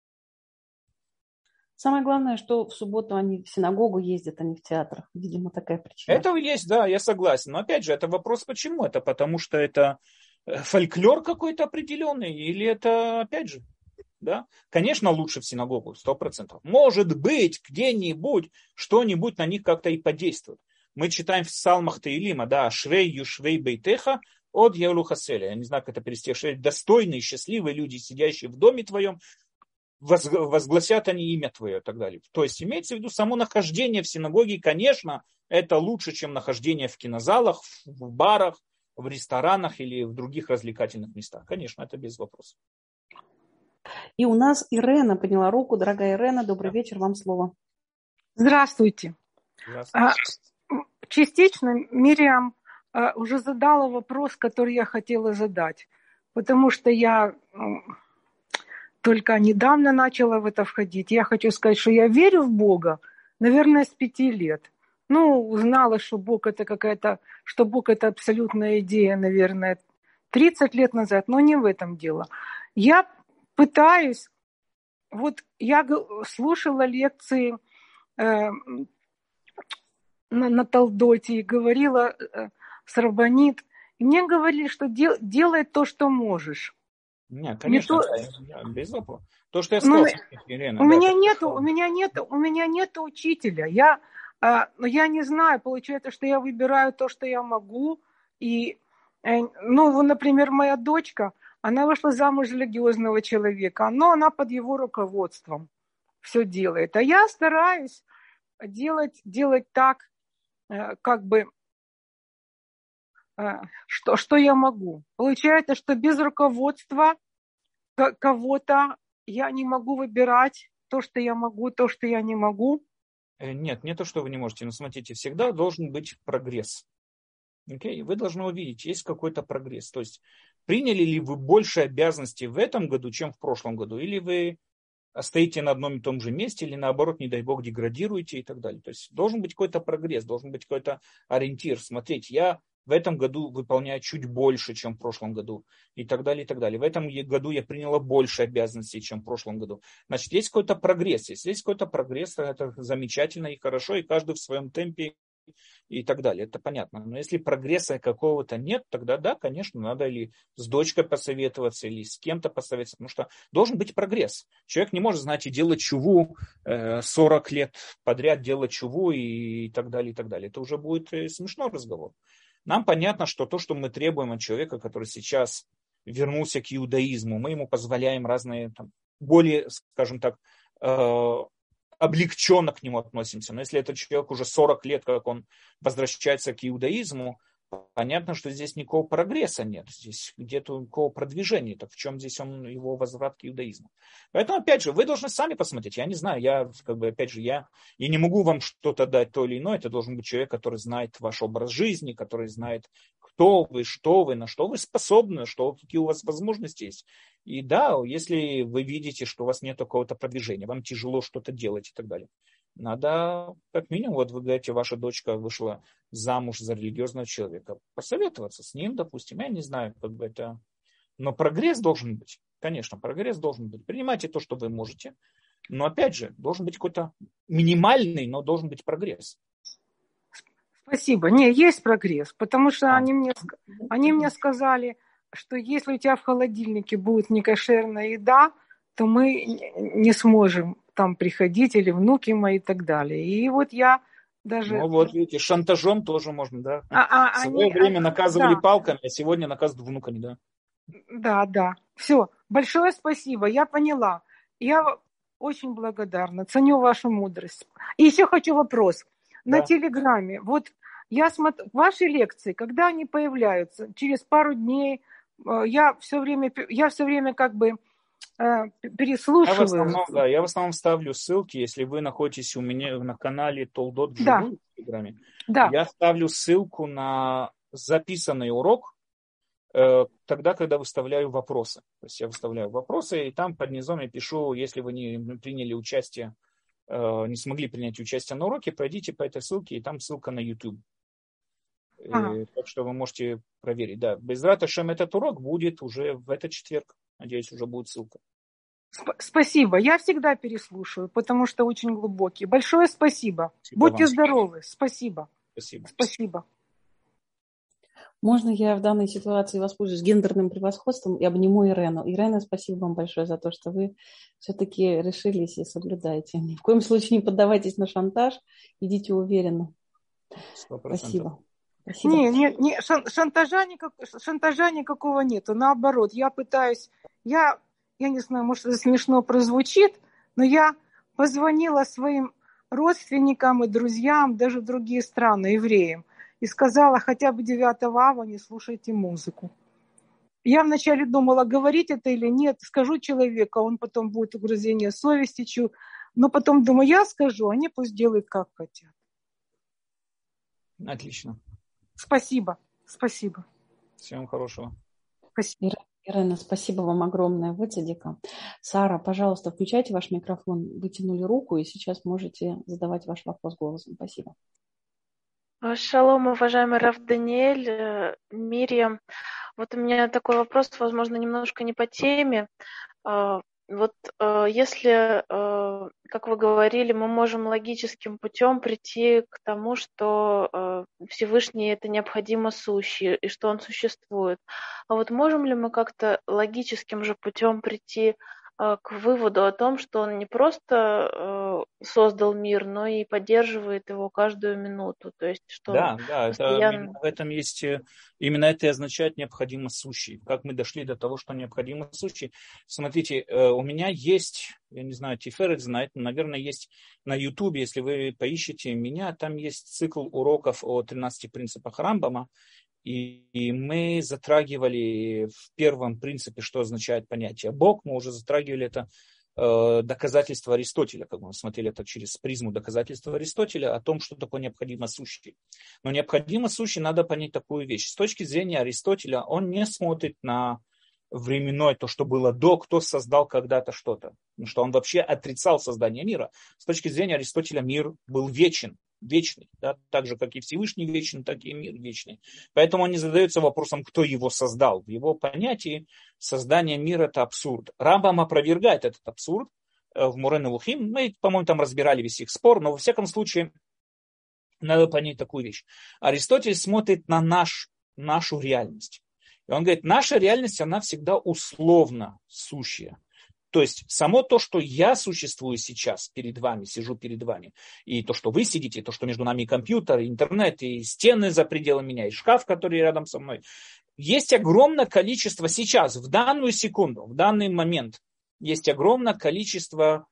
Самое главное, что в субботу они в синагогу ездят, а не в театр. Видимо, такая причина. Это есть, да, я согласен. Но опять же, это вопрос почему? Это потому что это фольклор какой-то определенный? Или это, опять же, да? Конечно, лучше в синагогу, 100%. Может быть, где-нибудь что-нибудь на них как-то и подействует. Мы читаем в псалмах Таилима, да, «Швей юшвей бейтеха от Яулу Хаселя». Я не знаю, как это перевести. Достойные, счастливые люди, сидящие в доме твоем, возгласят они имя твое и так далее. То есть имеется в виду само нахождение в синагоге, конечно, это лучше, чем нахождение в кинозалах, в барах, в ресторанах или в других развлекательных местах. Конечно, это без вопросов. И у нас Ирена подняла руку. Дорогая Ирена, добрый вечер, вам слово. Здравствуйте. Здравствуйте. Частично Мириам уже задала вопрос, который я хотела задать, потому что я только недавно начала в это входить. Я хочу сказать, что я верю в Бога, наверное, с 5 лет. Узнала, что Бог это что Бог это абсолютная идея, наверное, 30 лет назад, но не в этом дело. Я пытаюсь, я слушала лекции на Талдоте и говорила с Рабанит, и мне говорили, что делай то, что можешь. Нет, конечно, без вопросов. То, что я сказал, Елена. У меня нет учителя. Я не знаю, получается, что я выбираю то, что я могу. И, например, моя дочка, она вышла замуж за религиозного человека, но она под его руководством все делает. А я стараюсь делать так, что я могу. Получается, что без руководства кого-то я не могу выбирать то, что я могу, то, что я не могу. Нет, не то, что вы не можете. Но смотрите, всегда должен быть прогресс. Okay? Вы должны увидеть, есть какой-то прогресс. То есть приняли ли вы больше обязанностей в этом году, чем в прошлом году? Или вы стоите на одном и том же месте, или наоборот, не дай бог, деградируете и так далее. То есть должен быть какой-то прогресс, должен быть какой-то ориентир. Смотрите, я в этом году выполняю чуть больше, чем в прошлом году, и так далее, и так далее. В этом году я приняла больше обязанностей, чем в прошлом году. Значит, есть какой-то прогресс. Если есть какой-то прогресс, это замечательно и хорошо, и каждый в своем темпе и так далее. Это понятно. Но если прогресса какого-то нет, тогда да, конечно, надо или с дочкой посоветоваться, или с кем-то посоветоваться, потому что должен быть прогресс. Человек не может, знаете, делать чуву 40 лет подряд, делать чуву и так далее, и так далее. Это уже будет смешной разговор. Нам понятно, что то, что мы требуем от человека, который сейчас вернулся к иудаизму, мы ему позволяем разные, более, скажем так, облегченно к нему относимся. Но если этот человек уже 40 лет, как он возвращается к иудаизму, понятно, что здесь никакого прогресса нет. Здесь где-то никакого продвижения. Так в чем здесь его возврат к иудаизму? Поэтому, опять же, вы должны сами посмотреть. Я не знаю, я не могу вам что-то дать то или иное. Это должен быть человек, который знает ваш образ жизни, который знает, кто вы, что вы, на что вы способны, какие у вас возможности есть. И да, если вы видите, что у вас нет какого-то продвижения, вам тяжело что-то делать и так далее, надо, как минимум, вы говорите, ваша дочка вышла замуж за религиозного человека, посоветоваться с ним, допустим, я не знаю, это... Но прогресс должен быть, конечно, прогресс должен быть. Принимайте то, что вы можете, но, опять же, должен быть какой-то минимальный, но должен быть прогресс. Спасибо. Не, есть прогресс, потому что А, они мне сказали, что если у тебя в холодильнике будет некошерная еда, то мы не сможем там приходить, или внуки мои и так далее. И вот я даже... ну вот видите, шантажом тоже можно, да. В свое Они, время наказывали да, палками, а сегодня наказывают внуками, да. да. Все. Большое спасибо. Я поняла. Я очень благодарна. Ценю вашу мудрость. И еще хочу вопрос. На Да. Телеграме. Вот я смотрю, ваши лекции, когда они появляются? Через пару дней я все время как бы переслушиваю. Я в основном ставлю ссылки, если вы находитесь у меня на канале Толдот Да, вживую в Телеграме. да. Я ставлю ссылку на записанный урок, тогда, когда выставляю вопросы. То есть я выставляю вопросы, и там под низом я пишу, если вы не приняли участие, не смогли принять участие на уроке, пройдите по этой ссылке, и там ссылка на YouTube. Ага. Так что вы можете проверить. Да, Безрат Ашем этот урок будет уже в этот четверг. Надеюсь, уже будет ссылка. Спасибо. Я всегда переслушаю, потому что очень глубокий. Большое спасибо. Спасибо Будьте вам. здоровы. Спасибо. Спасибо. Спасибо. Можно я в данной ситуации воспользуюсь гендерным превосходством и обниму Ирену? Ирена, спасибо вам большое за то, что вы все-таки решились и соблюдаете. Ни в коем случае не поддавайтесь на шантаж, идите уверенно. 100%. Спасибо. Спасибо. Не, шантажа никакого нету. Наоборот, я пытаюсь, я не знаю, может, это смешно прозвучит, но я позвонила своим родственникам и друзьям, даже в другие страны, евреям, и сказала, хотя бы 9 ава не слушайте музыку. Я вначале думала, говорить это или нет, скажу человеку, а он потом будет угрызение совести, но потом думаю, я скажу, они пусть делают, как хотят. Отлично. Спасибо. Всем хорошего. Спасибо. Ирена, спасибо вам огромное. Вы цадика. Сара, пожалуйста, включайте ваш микрофон. Вытянули руку, и сейчас можете задавать ваш вопрос голосом. Спасибо. Шалом, уважаемый Рав Даниэль, Мирьям. Вот у меня такой вопрос, возможно, немножко не по теме. Вот если, как вы говорили, мы можем логическим путем прийти к тому, что Всевышний это необходимо сущий, и что он существует. А вот можем ли мы как-то логическим же путем прийти к выводу о том, что он не просто создал мир, но и поддерживает его каждую минуту, то есть что Да, постоянно... в этом есть, именно это и означает необходимо сущий. Как мы дошли до того, что необходимо сущий. Смотрите, у меня есть, я не знаю, Тиферет знает, но, наверное, есть на Ютубе, если вы поищете меня, там есть цикл уроков о 13 принципах Рамбама, и мы затрагивали в первом принципе, что означает понятие Бог, мы уже затрагивали это доказательство Аристотеля, как мы смотрели это через призму доказательства Аристотеля о том, что такое необходимо сущий. Но необходимо сущий надо понять такую вещь. С точки зрения Аристотеля он не смотрит на временное, то, что было до, кто создал когда-то что-то. Потому что он вообще отрицал создание мира. С точки зрения Аристотеля мир был вечный, да, так же, как и Всевышний вечный, так и мир вечный. Поэтому он не задается вопросом, кто его создал. В его понятии создание мира – это абсурд. Рамбам опровергает этот абсурд в Море Невухим. Мы, по-моему, там разбирали весь их спор, но во всяком случае надо понять такую вещь. Аристотель смотрит на нашу реальность. И он говорит, наша реальность, она всегда условно сущая. То есть само то, что я существую сейчас перед вами, сижу перед вами, и то, что вы сидите, и то, что между нами и компьютер, и интернет, и стены за пределами меня, и шкаф, который рядом со мной, есть огромное количество сейчас, в данную секунду, в данный момент, есть огромное количество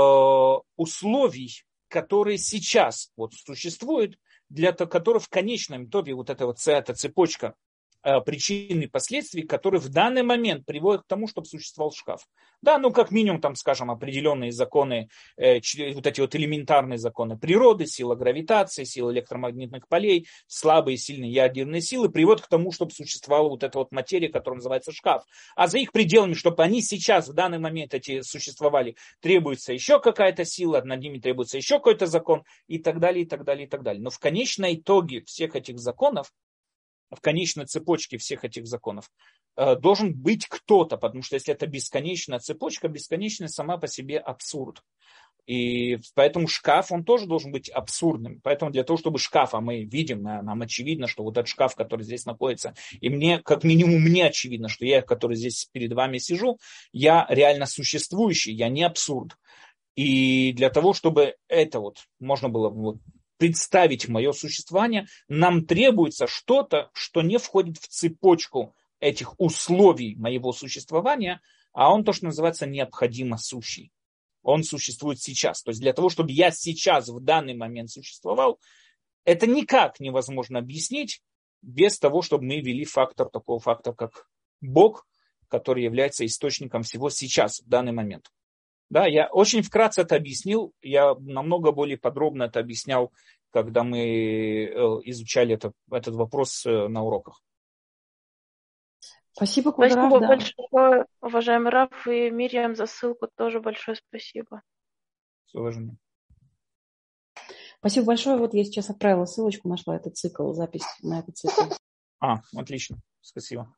условий, которые сейчас вот существуют, для которых в конечном итоге вот эта цепочка причин и последствий, которые в данный момент приводят к тому, чтобы существовал шкаф. Да, ну как минимум, там, скажем, определенные законы, вот эти вот элементарные законы природы, сила гравитации, сила электромагнитных полей, слабые и сильные ядерные силы приводят к тому, чтобы существовала вот эта вот материя, которая называется шкаф. А за их пределами, чтобы они сейчас, в данный момент эти существовали, требуется еще какая-то сила, над ними требуется еще какой-то закон и так далее, и так далее, и так далее. Но в конечном итоге всех этих законов, в конечной цепочке всех этих законов должен быть кто-то, потому что если это бесконечная цепочка, бесконечная сама по себе абсурд. И поэтому шкаф, он тоже должен быть абсурдным. Поэтому для того, чтобы шкаф, а мы видим, нам очевидно, что вот этот шкаф, который здесь находится, и мне, как минимум, мне очевидно, что я, который здесь перед вами сижу, я реально существующий, я не абсурд. И для того, чтобы это вот можно было вот представить мое существование, нам требуется что-то, что не входит в цепочку этих условий моего существования, а он то, что называется необходимо сущий. Он существует сейчас. То есть для того, чтобы я сейчас в данный момент существовал, это никак невозможно объяснить без того, чтобы мы ввели такого фактора, как Бог, который является источником всего сейчас, в данный момент. Да, я очень вкратце это объяснил, я намного более подробно это объяснял, когда мы изучали этот вопрос на уроках. Спасибо, Кудрав, Спасибо да. большое, уважаемый Раф, и Мирьям за ссылку тоже большое спасибо. С уважением. Спасибо большое. Вот я сейчас отправила ссылочку, нашла этот цикл, запись на этот цикл. Отлично. Спасибо.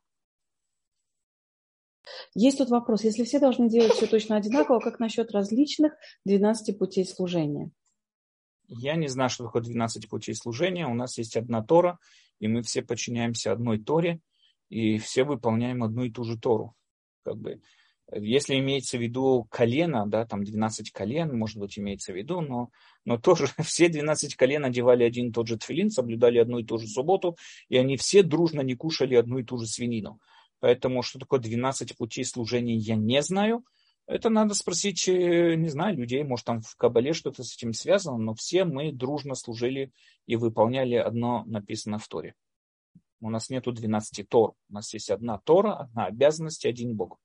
Есть тут вопрос. Если все должны делать все точно одинаково, как насчет различных 12 путей служения? Я не знаю, что такое 12 путей служения. У нас есть одна Тора, и мы все подчиняемся одной Торе, и все выполняем одну и ту же Тору. Если имеется в виду колено, да, там 12 колен, может быть, имеется в виду, но тоже все 12 колен одевали один и тот же тфилин, соблюдали одну и ту же субботу, и они все дружно не кушали одну и ту же свинину. Поэтому, что такое 12 путей служения, я не знаю. Это надо спросить, не знаю, людей, может, там в Кабале что-то с этим связано, но все мы дружно служили и выполняли одно написано в Торе. У нас нету 12 Тор. У нас есть одна Тора, одна обязанность и один Бог.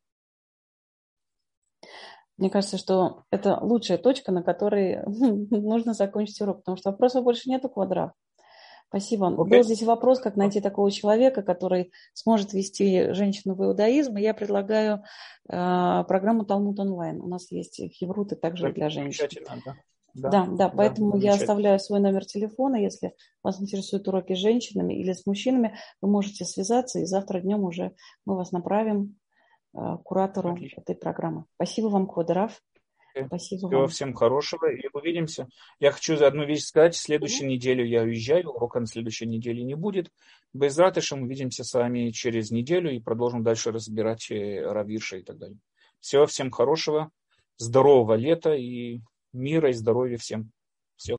Мне кажется, что это лучшая точка, на которой нужно закончить урок, потому что вопросов больше нету, Квадрат. Спасибо. Okay. Был здесь вопрос, как найти такого человека, который сможет вести женщину в иудаизм. И я предлагаю программу Талмуд онлайн. У нас есть хевруты также для женщин. Да, поэтому я оставляю свой номер телефона. Если вас интересуют уроки с женщинами или с мужчинами, вы можете связаться, и завтра днем уже мы вас направим к куратору этой программы. Спасибо вам, Квадрав. Спасибо Всего вам. всем хорошего и увидимся. Я хочу за одну вещь сказать. В следующую неделю я уезжаю, урока на следующей неделе не будет. Без ратышем увидимся с вами через неделю и продолжим дальше разбирать Рав Ирша и так далее. Всего всем хорошего, здорового лета и мира и здоровья всем.